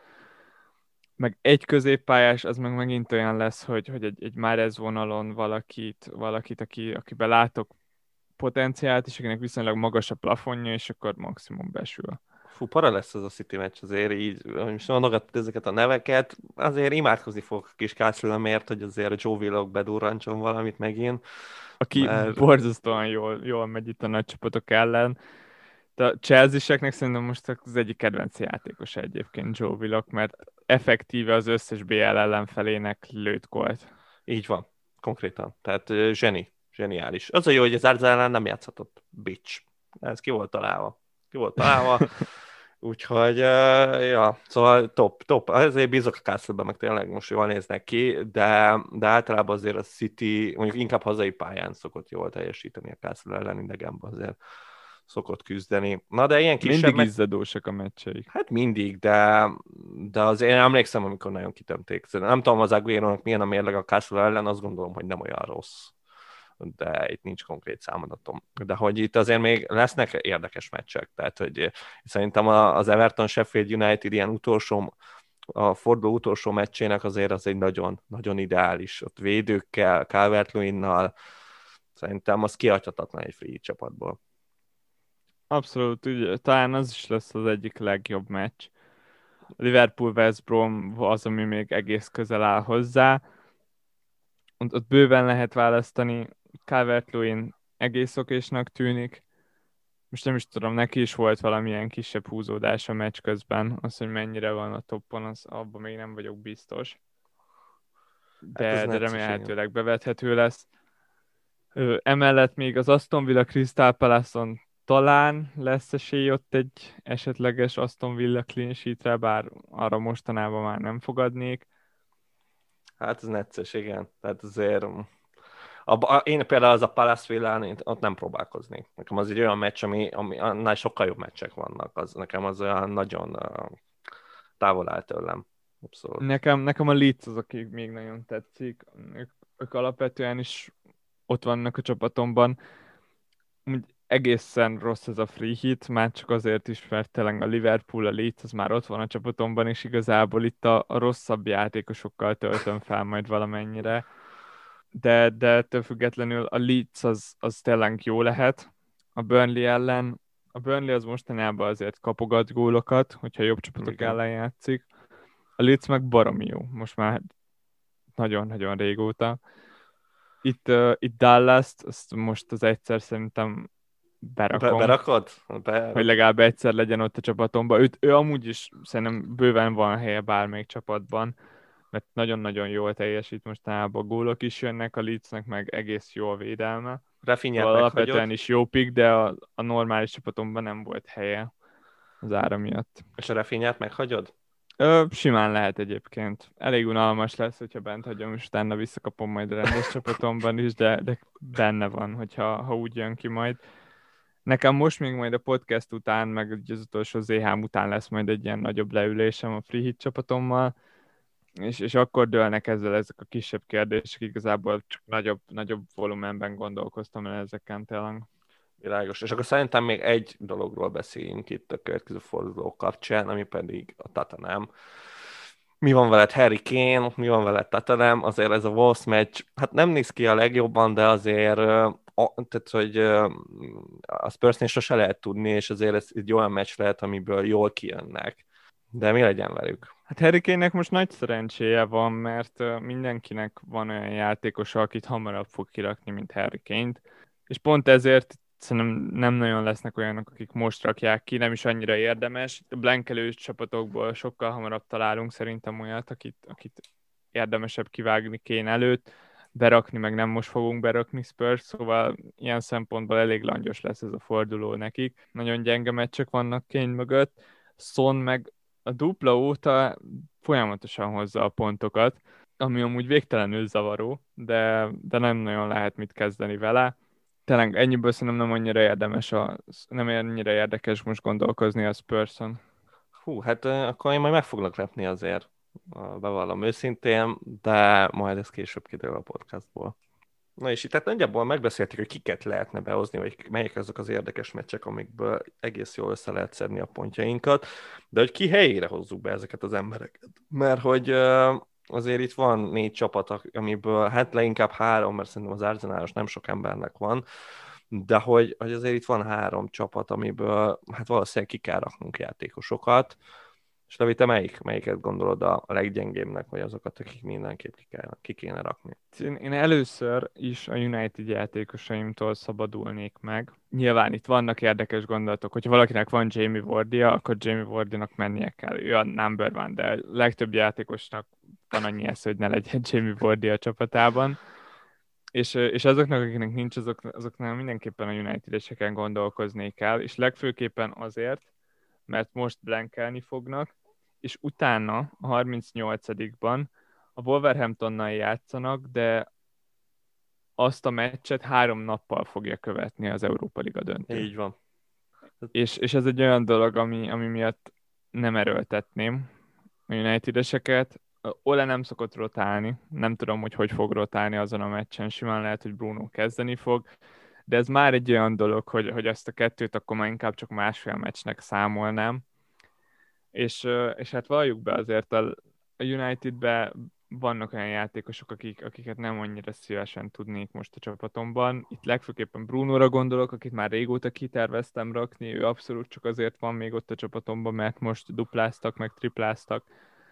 [SPEAKER 2] Meg egy középpályás, az meg megint olyan lesz, hogy, hogy egy, egy Mahrez vonalon valakit, valakit aki, akiben látok potenciált, és akinek viszonylag magas a plafonja, és akkor maximum besül.
[SPEAKER 1] fú, para lesz az a City meccs azért így, hogy most mondogatod ezeket a neveket, azért imádkozni fogok a kis Kászlőmért, hogy azért a Joe Willock bedurrancson valamit megint,
[SPEAKER 2] Aki
[SPEAKER 1] mert
[SPEAKER 2] borzasztóan jól, jól megy itt a nagy csapatok ellen. De a Chelsea-seknek szerintem most az egyik kedvenc játékos egyébként Joe Willock, mert effektíve az összes bé el ellenfelének lőtt gólt.
[SPEAKER 1] így van, konkrétan. Tehát ö, zseni, zseniális. Az a jó, hogy az Arsenal nem játszhatott, bitch. Ez ki volt találva. Ki volt találva. Úgyhogy, uh, ja, szóval top, top. Ezért bízok a Castle-ben, meg tényleg most jól néznek ki, de, de általában azért a City, mondjuk inkább hazai pályán szokott jól teljesíteni a Castle ellen, idegenben azért szokott küzdeni. Na, de ilyen kisebb...
[SPEAKER 2] Mindig
[SPEAKER 1] meg...
[SPEAKER 2] izzadósak a meccseik.
[SPEAKER 1] Hát mindig, de, de azért én emlékszem, amikor nagyon kitömték. Nem tudom, az Aguero-nak milyen a mérleg a Castle ellen, azt gondolom, hogy nem olyan rossz, de itt nincs konkrét számadatom. De hogy itt azért még lesznek érdekes meccsek, tehát hogy szerintem az Everton Sheffield United ilyen utolsó, a forduló utolsó meccsének azért az egy nagyon, nagyon ideális, ott védőkkel, Calvert-Lewin-nal, szerintem az kihagyhatatlan egy free csapatból.
[SPEAKER 2] Abszolút, ugye, talán az is lesz az egyik legjobb meccs. Liverpool-West Brom az, ami még egész közel áll hozzá. Ott, ott bőven lehet választani. Calvert-Lewin egész okésnak tűnik. Most nem is tudom, neki is volt valamilyen kisebb húzódás a meccs közben. Az, hogy mennyire van a toppon, az abban még nem vagyok biztos.
[SPEAKER 1] Hát ez
[SPEAKER 2] De, de
[SPEAKER 1] necces, igen.
[SPEAKER 2] remélhetőleg bevethető lesz. Ö, emellett még az Aston Villa Crystal Palace-on talán lesz esély ott egy esetleges Aston Villa clean sheetre, bár arra mostanában már nem fogadnék.
[SPEAKER 1] Hát ez necces, igen. Tehát azért a, a, én például az a Palace Villán, én ott nem próbálkoznék. Nekem az egy olyan meccs, ami, ami annál sokkal jobb meccsek vannak. Az, nekem az olyan nagyon uh, távol áll tőlem. Abszolút.
[SPEAKER 2] Nekem, nekem a Leeds az, aki még nagyon tetszik. Ők, ők alapvetően is ott vannak a csapatomban. Úgy egészen rossz ez a free hit, már csak azért is, mert tényleg a Liverpool, a Leeds, az már ott van a csapatomban, és igazából itt a, a rosszabb játékosokkal töltöm fel majd valamennyire. De, de ettől függetlenül a Leeds az, az tényleg jó lehet. A Burnley ellen, a Burnley az mostanában azért kapogat gólokat, hogyha jobb csapatok
[SPEAKER 1] Igen.
[SPEAKER 2] ellen játszik. A Leeds meg baromi jó, most már nagyon-nagyon régóta. Itt, uh, itt Dallas-t, azt most az egyszer szerintem
[SPEAKER 1] Be,
[SPEAKER 2] berakom,
[SPEAKER 1] berakod? Be...
[SPEAKER 2] hogy legalább egyszer legyen ott a csapatomban. Őt, ő amúgy is szerintem bőven van helye bármelyik csapatban, mert nagyon-nagyon jól teljesít mostanában, a gólok is jönnek, a Leedsnek meg egész jó a védelme.
[SPEAKER 1] Rafinhát
[SPEAKER 2] Szóval alapvetően
[SPEAKER 1] meghagyod,
[SPEAKER 2] is jó pick, de a, a normális csapatomban nem volt helye az ára miatt.
[SPEAKER 1] és a Rafinhát meghagyod?
[SPEAKER 2] Ö, simán lehet egyébként. Elég unalmas lesz, hogyha bent hagyom, és utána visszakapom majd a rendes csapatomban is, de, de benne van, hogyha ha úgy jön ki majd. Nekem most még majd a podcast után, meg ugye az utolsó zé há után lesz majd egy ilyen nagyobb leülésem a Free Hit csapatommal, és, és akkor dőlnek ezzel ezek a kisebb kérdések, igazából csak nagyobb, nagyobb volumenben gondolkoztam el ezeken tényleg.
[SPEAKER 1] Világos. És akkor szerintem még egy dologról beszéljünk itt a következő forduló kapcsán, ami pedig a Tottenham. Mi van veled Harry Kane, mi van veled Tottenham, azért ez a Wolves meccs, hát nem néz ki a legjobban, de azért ö, a, tehát, hogy ö, a Spursnél sose lehet tudni, és azért ez egy olyan meccs lehet, amiből jól kijönnek. De mi legyen velük?
[SPEAKER 2] Hát Harry Kane-nek most nagy szerencséje van, mert ö, mindenkinek van olyan játékosa, akit hamarabb fog kirakni, mint Harry Kane-t, és pont ezért szerintem nem nagyon lesznek olyanok, akik most rakják ki, nem is annyira érdemes. A blankelős csapatokból sokkal hamarabb találunk szerintem olyat, akit, akit érdemesebb kivágni Kane előtt, berakni, meg nem most fogunk berakni Spurs, szóval ilyen szempontból elég langyos lesz ez a forduló nekik. Nagyon gyenge meccsek vannak Kane mögött, Son meg a dupla óta folyamatosan hozza a pontokat, ami amúgy végtelenül zavaró, de, de nem nagyon lehet mit kezdeni vele. Tényleg ennyiből szerintem nem annyira érdemes, a, nem annyira érdekes most gondolkozni a Spurson.
[SPEAKER 1] Hú, hát ö, akkor én majd meg foglak lepni azért, ö, bevallom őszintén, de majd ez később kiderül a podcastból. Na és itt tehát nagyjából megbeszéltük, hogy kiket lehetne behozni, vagy melyek azok az érdekes meccsek, amikből egész jól össze lehet szedni a pontjainkat, de hogy ki helyére hozzuk be ezeket az embereket. Mert hogy ö, azért itt van négy csapat, amiből hát leginkább három, mert szerintem az Arsenalos nem sok embernek van, de hogy, hogy azért itt van három csapat, amiből hát valószínűleg ki kell raknunk játékosokat. És Levi, te melyik, melyiket gondolod a leggyengébbnek, vagy azokat, akik mindenképp ki, kell, ki kéne rakni?
[SPEAKER 2] Én, én először is a United játékosaimtól szabadulnék meg. Nyilván itt vannak érdekes gondolatok. Hogyha valakinek van Jamie Vardy-ja, akkor Jamie Vardy-nak mennie kell. Ő a number one, de a legtöbb játékosnak van annyi esze, hogy ne legyen Jamie Vardy a csapatában. És, és azoknak, akiknek nincs, azok, azoknál mindenképpen a United-eseken gondolkozni kell, és legfőképpen azért, mert most blankelni fognak, és utána a harmincnyolcadikban a Wolverhamptonnal játszanak, de azt a meccset három nappal fogja követni az Európa Liga döntő.
[SPEAKER 1] Így van.
[SPEAKER 2] És, és ez egy olyan dolog, ami, ami miatt nem erőltetném a United-eseket. Ole nem szokott rotálni, nem tudom, hogy hogy fog rotálni azon a meccsen, simán lehet, hogy Bruno kezdeni fog, de ez már egy olyan dolog, hogy, hogy ezt a kettőt akkor már inkább csak másfél meccsnek számolnám, és, és hát valljuk be azért a Unitedbe vannak olyan játékosok, akik, akiket nem annyira szívesen tudnék most a csapatomban. Itt legfőképpen Brunóra gondolok, akit már régóta kiterveztem rakni, ő abszolút csak azért van még ott a csapatomban, mert most dupláztak, meg tripláztak.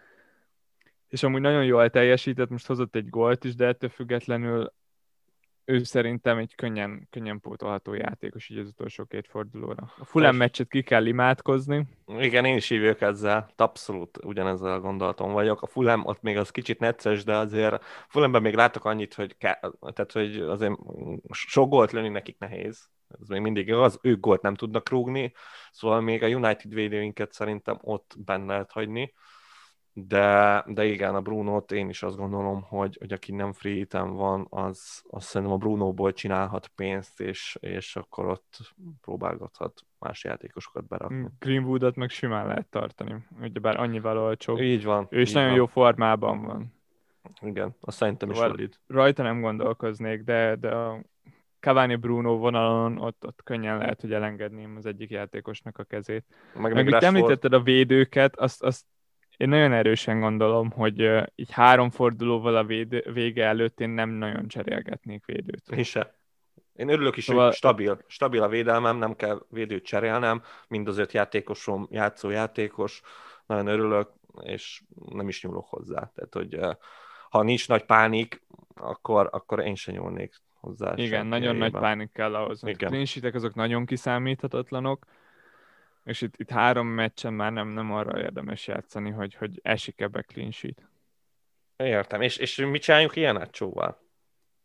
[SPEAKER 2] És amúgy nagyon jól teljesített, most hozott egy gólt is, de ettől függetlenül ő szerintem egy könnyen, könnyen pótolható játékos így az utolsó két fordulóra. A Fulham meccset ki kell imádkozni.
[SPEAKER 1] Igen, én is hívjuk ezzel, abszolút ugyanezzel a gondolatom vagyok. A Fulham ott még az kicsit necces, de azért Fulhamben még látok annyit, hogy, ke- tehát, hogy azért sok gólt lőni nekik nehéz. Ez még mindig igaz, ők gólt nem tudnak rúgni, szóval még a United védőinket szerintem ott benne lehet hagyni. De, de igen, a Brunót én is azt gondolom, hogy, hogy aki nem free hiten van, az, az szerintem a Brunóból csinálhat pénzt, és, és akkor ott próbálgathat más játékosokat berakni.
[SPEAKER 2] Greenwoodot meg simán lehet tartani, ugyebár annyival olcsóbb.
[SPEAKER 1] Így van.
[SPEAKER 2] Ő is
[SPEAKER 1] így
[SPEAKER 2] nagyon
[SPEAKER 1] van.
[SPEAKER 2] jó formában van.
[SPEAKER 1] Igen, azt szerintem
[SPEAKER 2] szóval
[SPEAKER 1] is valid.
[SPEAKER 2] Rajta nem gondolkoznék, de, de a Cavani Bruno vonalon ott, ott könnyen lehet, hogy elengedném az egyik játékosnak a kezét.
[SPEAKER 1] Meg,
[SPEAKER 2] Meg
[SPEAKER 1] még
[SPEAKER 2] itt
[SPEAKER 1] Rashford.
[SPEAKER 2] említetted a védőket, azt, azt én nagyon erősen gondolom, hogy uh, így három fordulóval a védő, vége előtt én nem nagyon cserélgetnék védőt.
[SPEAKER 1] Én se. Én örülök is,
[SPEAKER 2] Szóval...
[SPEAKER 1] hogy stabil. Stabil a védelmem, nem kell védőt cserélnem, mind az öt játékosom játszó játékos. Nagyon örülök, és nem is nyúlok hozzá. Tehát, hogy uh, ha nincs nagy pánik, akkor, akkor én sem nyúlnék hozzá.
[SPEAKER 2] Igen, nagyon helyében. Nagy pánik kell ahhoz. A clean sheetek azok nagyon kiszámíthatatlanok, és itt, itt három meccsen már nem, nem arra érdemes játszani, hogy, hogy esik ebbe clean sheet.
[SPEAKER 1] Értem. És, és mit csináljunk ilyen átsóval?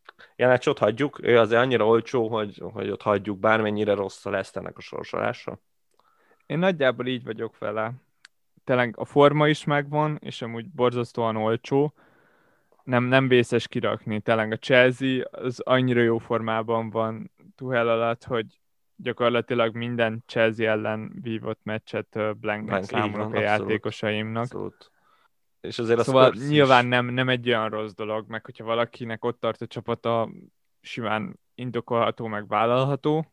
[SPEAKER 1] Janacsot hagyjuk, ő azért annyira olcsó, hogy, hogy ott hagyjuk, bármennyire rossz lesz ennek a sorsolása.
[SPEAKER 2] Én nagyjából így vagyok vele. Tényleg a forma is megvan, és amúgy borzasztóan olcsó. Nem, nem vészes kirakni. Tényleg a Chelsea az annyira jó formában van Tuchel alatt, hogy gyakorlatilag minden Chelsea ellen vívott meccset ö, blanknek
[SPEAKER 1] Bánk, így
[SPEAKER 2] számolok
[SPEAKER 1] van,
[SPEAKER 2] a
[SPEAKER 1] abszolút.
[SPEAKER 2] játékosaimnak.
[SPEAKER 1] Abszolút. És azért a
[SPEAKER 2] Szóval
[SPEAKER 1] Spurs
[SPEAKER 2] nyilván
[SPEAKER 1] is.
[SPEAKER 2] nem, nem egy olyan rossz dolog, meg hogyha valakinek ott tart a csapata, simán indokolható, meg vállalható,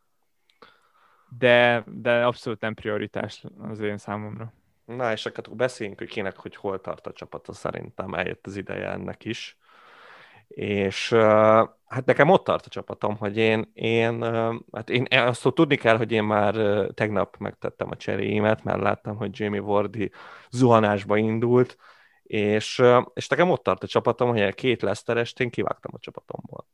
[SPEAKER 2] de, de abszolút nem prioritás az én számomra.
[SPEAKER 1] Na, és akkor beszéljünk, hogy kinek, hogy hol tart a csapata, szerintem eljött az ideje ennek is. És uh, hát nekem ott tart a csapatom, hogy én, én, uh, hát én azt tudni kell, hogy én már uh, tegnap megtettem a cseréimet, mert láttam, hogy Jamie Vardy zuhanásba indult, és, uh, és nekem ott tart a csapatom, hogy a két Leicesterest én kivágtam a csapatomból.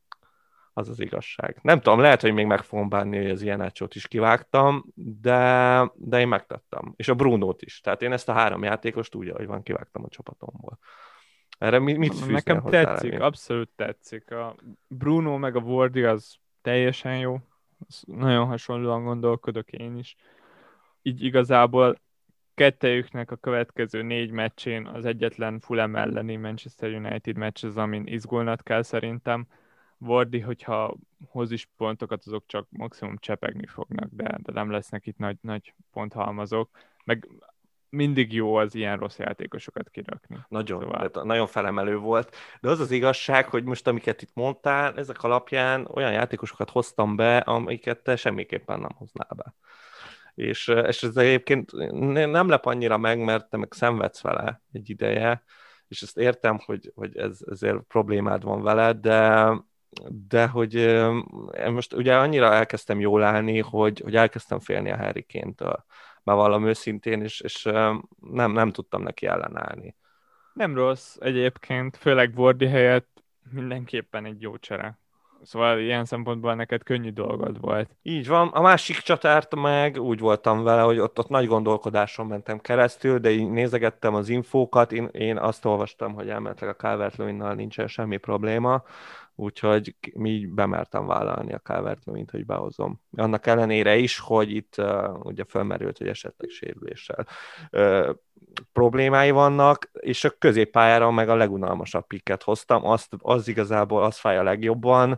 [SPEAKER 1] Az az igazság. Nem tudom, lehet, hogy még meg fogom bánni, hogy az Iheanachót is kivágtam, de, de én megtettem. És a Brunót is. Tehát én ezt a három játékost úgy, ahogy van, kivágtam a csapatomból. Erre mit, mit
[SPEAKER 2] Mondom,
[SPEAKER 1] fűznél
[SPEAKER 2] nekem
[SPEAKER 1] hozzá,
[SPEAKER 2] tetszik,
[SPEAKER 1] Levin?
[SPEAKER 2] abszolút tetszik. A Bruno meg a Wardy az teljesen jó. Az nagyon hasonlóan gondolkodok én is. Így igazából kettejüknek a következő négy meccsén az egyetlen Fulham elleni Manchester United meccs az, amin izgulnod kell szerintem. Wardy, hogyha hoz is pontokat, azok csak maximum csepegni fognak, de, de nem lesznek itt nagy, nagy ponthalmazok. Meg mindig jó az ilyen rossz játékosokat kirakni.
[SPEAKER 1] Nagyon,
[SPEAKER 2] Szóval
[SPEAKER 1] tehát nagyon felemelő volt. De az az igazság, hogy most, amiket itt mondtál, ezek alapján olyan játékosokat hoztam be, amiket te semmiképpen nem hoznál be. És, és ez egyébként nem lep annyira meg, mert te meg szenvedsz vele egy ideje, és ezt értem, hogy, hogy ez, ezért problémád van vele, de, de hogy én most ugye annyira elkezdtem jól állni, hogy, hogy elkezdtem félni a Harry Kane-től. Bevallom őszintén, és, és nem, nem tudtam neki ellenállni.
[SPEAKER 2] nem rossz egyébként, főleg Wardy helyett mindenképpen egy jó csere. Szóval ilyen szempontból neked könnyű dolgod volt.
[SPEAKER 1] Így van. A másik csatárt meg úgy voltam vele, hogy ott, ott nagy gondolkodáson mentem keresztül, de így nézegettem az infókat, én, én azt olvastam, hogy elméletileg a Calvert-Lewin-nal nincsen semmi probléma, úgyhogy mi így bemertem vállalni a Calvert-Lewint, hogy behozom. Annak ellenére is, hogy itt uh, ugye felmerült, hogy esetleg sérüléssel uh, problémái vannak, és a középpályára meg a legunalmasabb pikket hoztam, azt, az igazából az fáj a legjobban,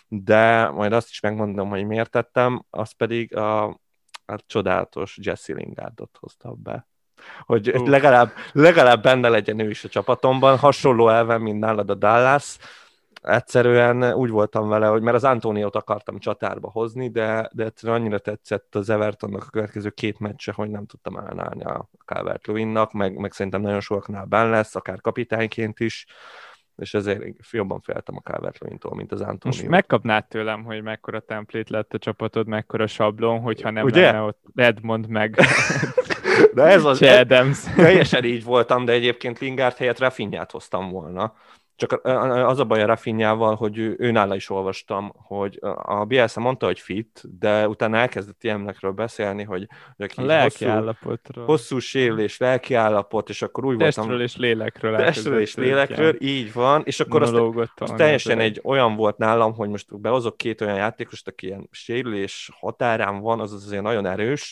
[SPEAKER 1] de majd azt is megmondom, hogy miért tettem, az pedig a, a csodálatos Jesse Lingardot hoztam be. Hogy
[SPEAKER 2] Uff.
[SPEAKER 1] legalább, legalább benne legyen ő is a csapatomban, hasonló elven, mint nálad a Dallas. Egyszerűen úgy voltam vele, hogy mert az Antoniót akartam csatárba hozni, de, de egyszerűen annyira tetszett az Evertonnak a következő két meccse, hogy nem tudtam ellenállni a Calvert-Lewinnak, meg, meg szerintem nagyon sokaknál benn lesz, akár kapitányként is, és ezért jobban féltem a Calvert-Lewintól, mint az
[SPEAKER 2] Most
[SPEAKER 1] Antoniót.
[SPEAKER 2] megkapnád tőlem, hogy mekkora templét lett a csapatod, mekkora sablon, hogyha nem
[SPEAKER 1] Ugye?
[SPEAKER 2] lenne ott Edmond meg
[SPEAKER 1] De ez az,
[SPEAKER 2] Che Adams.
[SPEAKER 1] teljesen így voltam, de egyébként Lingard helyett Rafinhát hoztam volna. Csak az a baj a Rafinhával, hogy ő, őnála is olvastam, hogy a Bielsa mondta, hogy fit, de utána elkezdett ilyenekről beszélni, hogy, hogy
[SPEAKER 2] A
[SPEAKER 1] aki
[SPEAKER 2] lelki
[SPEAKER 1] hosszú,
[SPEAKER 2] állapotról.
[SPEAKER 1] hosszú sérülés, lelki állapot, és akkor úgy
[SPEAKER 2] Testről
[SPEAKER 1] voltam...
[SPEAKER 2] és lélekről
[SPEAKER 1] Testről és
[SPEAKER 2] elkezdett
[SPEAKER 1] lélekről,
[SPEAKER 2] ilyen
[SPEAKER 1] így van, és akkor azt,
[SPEAKER 2] monológot
[SPEAKER 1] az
[SPEAKER 2] tolni az
[SPEAKER 1] teljesen
[SPEAKER 2] öreg.
[SPEAKER 1] egy olyan volt nálam, hogy most behozok két olyan játékost, aki ilyen sérülés határán van, az azért nagyon erős,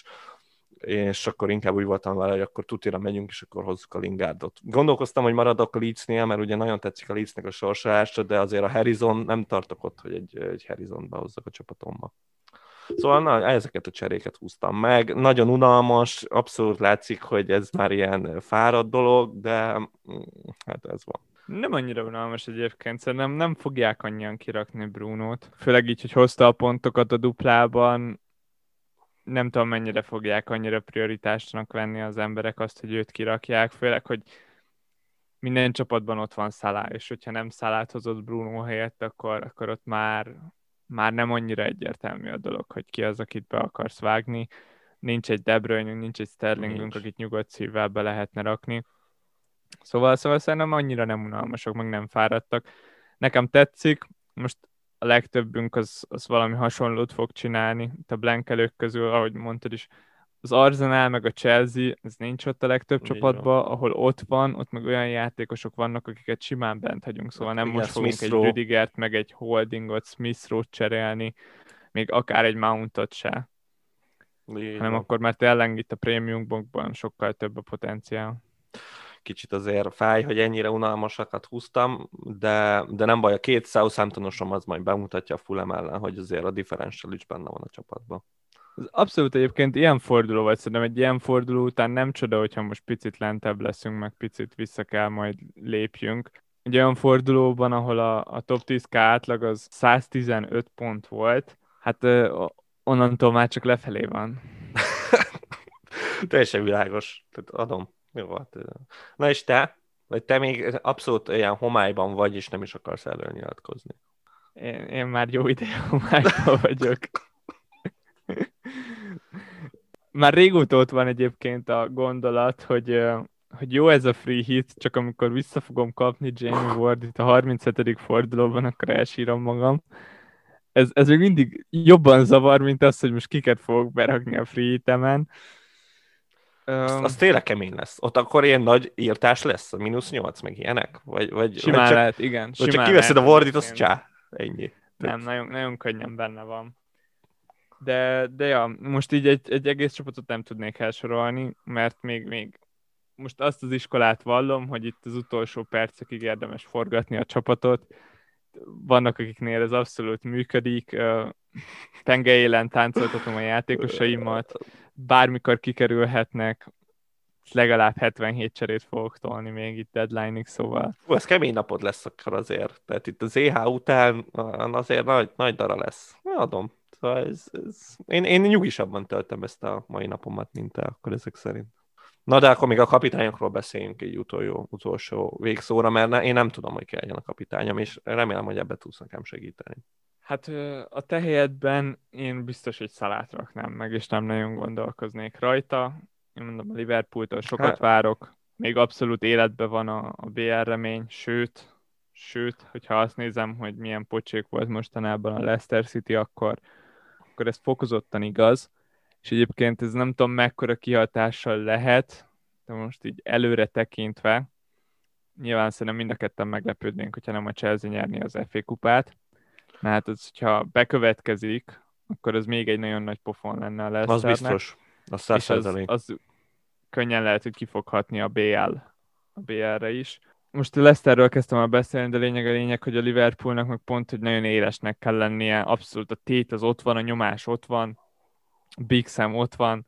[SPEAKER 1] és akkor inkább úgy voltam vele, hogy akkor tutira megyünk, és akkor hozzuk a Lingardot. Gondolkoztam, hogy maradok a Leedsnél, mert ugye nagyon tetszik a Leedsnek a sorsolása, de azért a Harrison, nem tartok ott, hogy egy, egy Harrison behozzak a csapatomba. Szóval na, ezeket a cseréket húztam meg. Nagyon unalmas, abszolút látszik, hogy ez már ilyen fáradt dolog, de mm, hát ez van.
[SPEAKER 2] Nem annyira unalmas egyébként, szerintem nem fogják annyian kirakni Brunót. Főleg így, hogy hozta a pontokat a duplában, nem tudom mennyire fogják annyira prioritásnak venni az emberek azt, hogy őt kirakják, főleg, hogy minden csapatban ott van Salah, és hogyha nem Salát hozott Bruno helyett, akkor, akkor ott már, már nem annyira egyértelmű a dolog, hogy ki az, akit be akarsz vágni. Nincs egy De Bruyne, nincs egy Sterlingünk,
[SPEAKER 1] Nincs.
[SPEAKER 2] akit nyugodt szívvel be lehetne rakni. Szóval, szóval szerintem annyira nem unalmasok, meg nem fáradtak. Nekem tetszik, most a legtöbbünk az, az valami hasonlót fog csinálni. Itt a blankelők közül, ahogy mondtad is, az Arsenal meg a Chelsea, ez nincs ott a legtöbb
[SPEAKER 1] Így van.
[SPEAKER 2] csapatban, ahol ott van, ott meg olyan játékosok vannak, akiket simán bent hagyunk, szóval nem
[SPEAKER 1] Igen,
[SPEAKER 2] most fogunk
[SPEAKER 1] Smith
[SPEAKER 2] egy
[SPEAKER 1] Rowe.
[SPEAKER 2] Rüdigert, meg egy Holdingot, Smith Rowe cserélni, még akár egy Mountot se,
[SPEAKER 1] Így
[SPEAKER 2] hanem
[SPEAKER 1] van.
[SPEAKER 2] akkor már tényleg itt a prémiumokban sokkal több a potenciál.
[SPEAKER 1] Kicsit azért fáj, hogy ennyire unalmasakat húztam, de, de nem baj, a két Southamptonosom az majd bemutatja a Fulham ellen, hogy azért a differential is benne van a csapatban.
[SPEAKER 2] Ez abszolút egyébként ilyen forduló vagy, szerintem egy ilyen forduló után nem csoda, hogyha most picit lentebb leszünk, meg picit vissza kell majd lépjünk. Egy olyan fordulóban, ahol a, a top tíz ká átlag az száztizenöt pont volt, hát ö, onnantól már csak lefelé van.
[SPEAKER 1] Teljesen világos. Tehát adom. Jó, hát, na és te? Vagy te még abszolút olyan homályban vagy, és nem is akarsz erről nyilatkozni?
[SPEAKER 2] Én, én már jó ideje homályban vagyok. Már régóta ott van egyébként a gondolat, hogy, ö, hogy jó ez a free hit, csak amikor vissza fogom kapni Jamie Wardit a harminchetedik fordulóban, akkor elsírom magam. Ez, ez még mindig jobban zavar, mint az, hogy most kiket fogok berakni a free hitemen.
[SPEAKER 1] Az, az
[SPEAKER 2] Um,
[SPEAKER 1] tényleg kemény lesz. Ott akkor ilyen nagy írtás lesz, a mínusz nyolc, meg ilyenek? Vagy, vagy, vagy
[SPEAKER 2] simán
[SPEAKER 1] csak,
[SPEAKER 2] lehet, igen,
[SPEAKER 1] vagy csak
[SPEAKER 2] simán
[SPEAKER 1] kiveszed a
[SPEAKER 2] lehet
[SPEAKER 1] Wardit, az
[SPEAKER 2] egyébként.
[SPEAKER 1] csá. Ennyi.
[SPEAKER 2] Nem,
[SPEAKER 1] Tehát,
[SPEAKER 2] nagyon, nagyon könnyen benne van. De, de ja, most így egy, egy egész csapatot nem tudnék elsorolni, mert még, még most azt az iskolát vallom, hogy itt az utolsó percekig érdemes forgatni a csapatot. Vannak, akiknél ez abszolút működik. Ö, Penge élen táncoltatom a játékosaimat, bármikor kikerülhetnek, legalább hetvenhét cserét fogok tolni még itt deadline-ig, szóval
[SPEAKER 1] Hú, ez kemény napod lesz akkor azért. Tehát itt az é há után azért nagy, nagy dara lesz. Adom. Szóval ez, ez... Én, én nyugisabban töltöm ezt a mai napomat, mint te, akkor ezek szerint. Na de akkor még a kapitányokról beszéljünk egy utolsó, utolsó végszóra, mert ne, én nem tudom, hogy kell legyen a kapitányom, és remélem, hogy ebbe tudsz nekem segíteni.
[SPEAKER 2] hát ö, a te helyedben én biztos, hogy Szalát raknám meg, és nem nagyon gondolkoznék rajta. Én mondom, a Liverpooltól sokat
[SPEAKER 1] Hát,
[SPEAKER 2] várok, még abszolút életben van a, a bé er remény, sőt, sőt, hogyha azt nézem, hogy milyen pocsék volt mostanában a Leicester City, akkor, akkor ez fokozottan igaz, és egyébként ez nem tudom mekkora kihatással lehet, de most így előre tekintve, nyilván szerintem mind a ketten meglepődnénk, hogyha nem a Chelsea nyerni az ef á kupát, mert hát az, hogyha bekövetkezik, akkor az még egy nagyon nagy pofon lenne a
[SPEAKER 1] az
[SPEAKER 2] Leicesternek,
[SPEAKER 1] biztos. Az száz
[SPEAKER 2] és az,
[SPEAKER 1] százalék.
[SPEAKER 2] az könnyen lehet, hogy kifoghatni a bé el, a bé el-re is. Most a Leicesterről kezdtem el beszélni, de lényeg a lényeg, hogy a Liverpoolnak meg pont, hogy nagyon élesnek kell lennie, abszolút a tét az ott van, a nyomás ott van, a Big Sam ott van,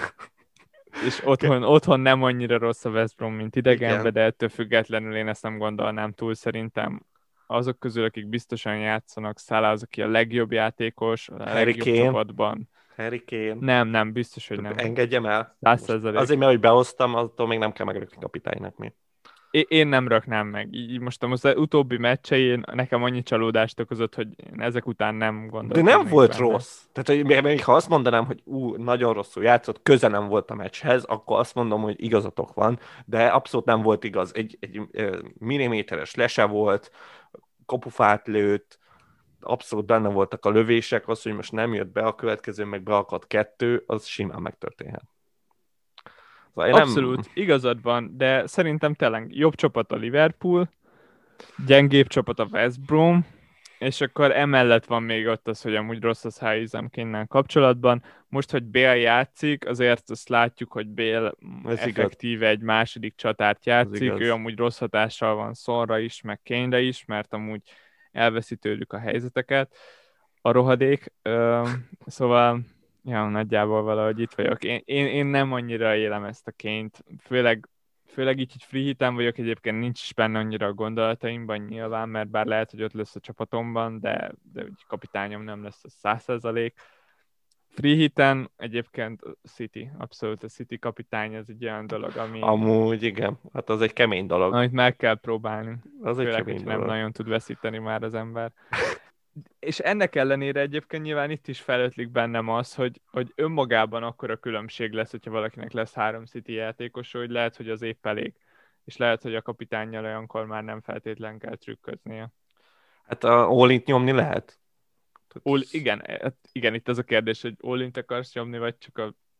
[SPEAKER 2] és otthon, otthon nem annyira rossz a West Brom, mint idegenbe,
[SPEAKER 1] Igen.
[SPEAKER 2] de ettől függetlenül én ezt nem gondolnám túl. Szerintem azok közül, akik biztosan játszanak, Salah az, aki a legjobb játékos, a
[SPEAKER 1] Harry
[SPEAKER 2] legjobb
[SPEAKER 1] Kane.
[SPEAKER 2] csapatban.
[SPEAKER 1] Harry Kane.
[SPEAKER 2] Nem, nem, biztos, hogy nem.
[SPEAKER 1] Engedjem el.
[SPEAKER 2] Száz
[SPEAKER 1] Most
[SPEAKER 2] százalék.
[SPEAKER 1] azért, mert hogy behoztam, attól még nem kell megrögni kapitánynak mi.
[SPEAKER 2] Én nem raknám meg. Így most a most az utóbbi meccsein nekem annyi csalódást okozott, hogy én ezek után nem
[SPEAKER 1] De nem
[SPEAKER 2] gondolkoznék
[SPEAKER 1] volt
[SPEAKER 2] benne.
[SPEAKER 1] rossz. Tehát, hogy még, még ha azt mondanám, hogy ú, nagyon rosszul játszott, köze nem volt a meccshez, akkor azt mondom, hogy igazatok van, de abszolút nem volt igaz. Egy, egy milliméteres lese volt, kopufát lőtt, abszolút benne voltak a lövések, az, hogy most nem jött be a következő, meg beakadt kettő, az simán megtörténhet. Szóval én
[SPEAKER 2] Abszolút,
[SPEAKER 1] nem...
[SPEAKER 2] igazad van, de szerintem tényleg jobb csapat a Liverpool, gyengébb csapat a West Brom, és akkor emellett van még ott az, hogy amúgy rossz az Harry Kane-nel kapcsolatban. Most, hogy Bale játszik, azért azt látjuk, hogy Bale
[SPEAKER 1] Ez
[SPEAKER 2] effektíve egy második csatárt játszik,
[SPEAKER 1] igaz.
[SPEAKER 2] ő amúgy rossz hatással van Sonra is, meg Kane-re is, mert amúgy elveszi tőlük a helyzeteket a rohadék. Ö, szóval ja, nagyjából valahogy itt vagyok. Én, én, én nem annyira élem ezt a Kane-t, főleg főleg így, hogy free hitem vagyok, egyébként nincs is benne annyira a gondolataimban nyilván, mert bár lehet, hogy ott lesz a csapatomban, de, de úgy kapitányom nem lesz a száz százalék. Free hiten egyébként City, abszolút a City kapitány, ez egy olyan dolog, ami,
[SPEAKER 1] Amúgy igen, hát az egy kemény dolog.
[SPEAKER 2] amit meg kell próbálni.
[SPEAKER 1] Az egy
[SPEAKER 2] Főleg,
[SPEAKER 1] kemény
[SPEAKER 2] hogy
[SPEAKER 1] dolog.
[SPEAKER 2] nem nagyon tud veszíteni már az ember. És ennek ellenére egyébként nyilván itt is felötlik bennem az, hogy, hogy önmagában akkora különbség lesz, hogyha valakinek lesz három City játékos, hogy lehet, hogy az épp elég. És lehet, hogy a kapitánnyal olyankor már nem feltétlen kell trükköznie.
[SPEAKER 1] Hát a all nyomni lehet.
[SPEAKER 2] All, igen, hát igen, itt az a kérdés, hogy all-int akarsz nyomni, vagy csak a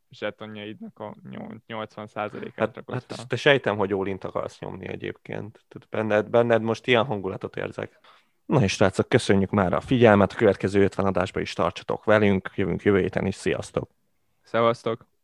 [SPEAKER 2] zsetonjaidnak a nyolcvan százalékát
[SPEAKER 1] Hát,
[SPEAKER 2] rakod fel.
[SPEAKER 1] hát te sejtem, hogy all-int akarsz nyomni egyébként. Tehát benned, benned most ilyen hangulatot érzek. Na és srácok, köszönjük már a figyelmet, a következő ötven adásban is tartsatok velünk, jövünk jövő héten is, sziasztok!
[SPEAKER 2] Szevasztok!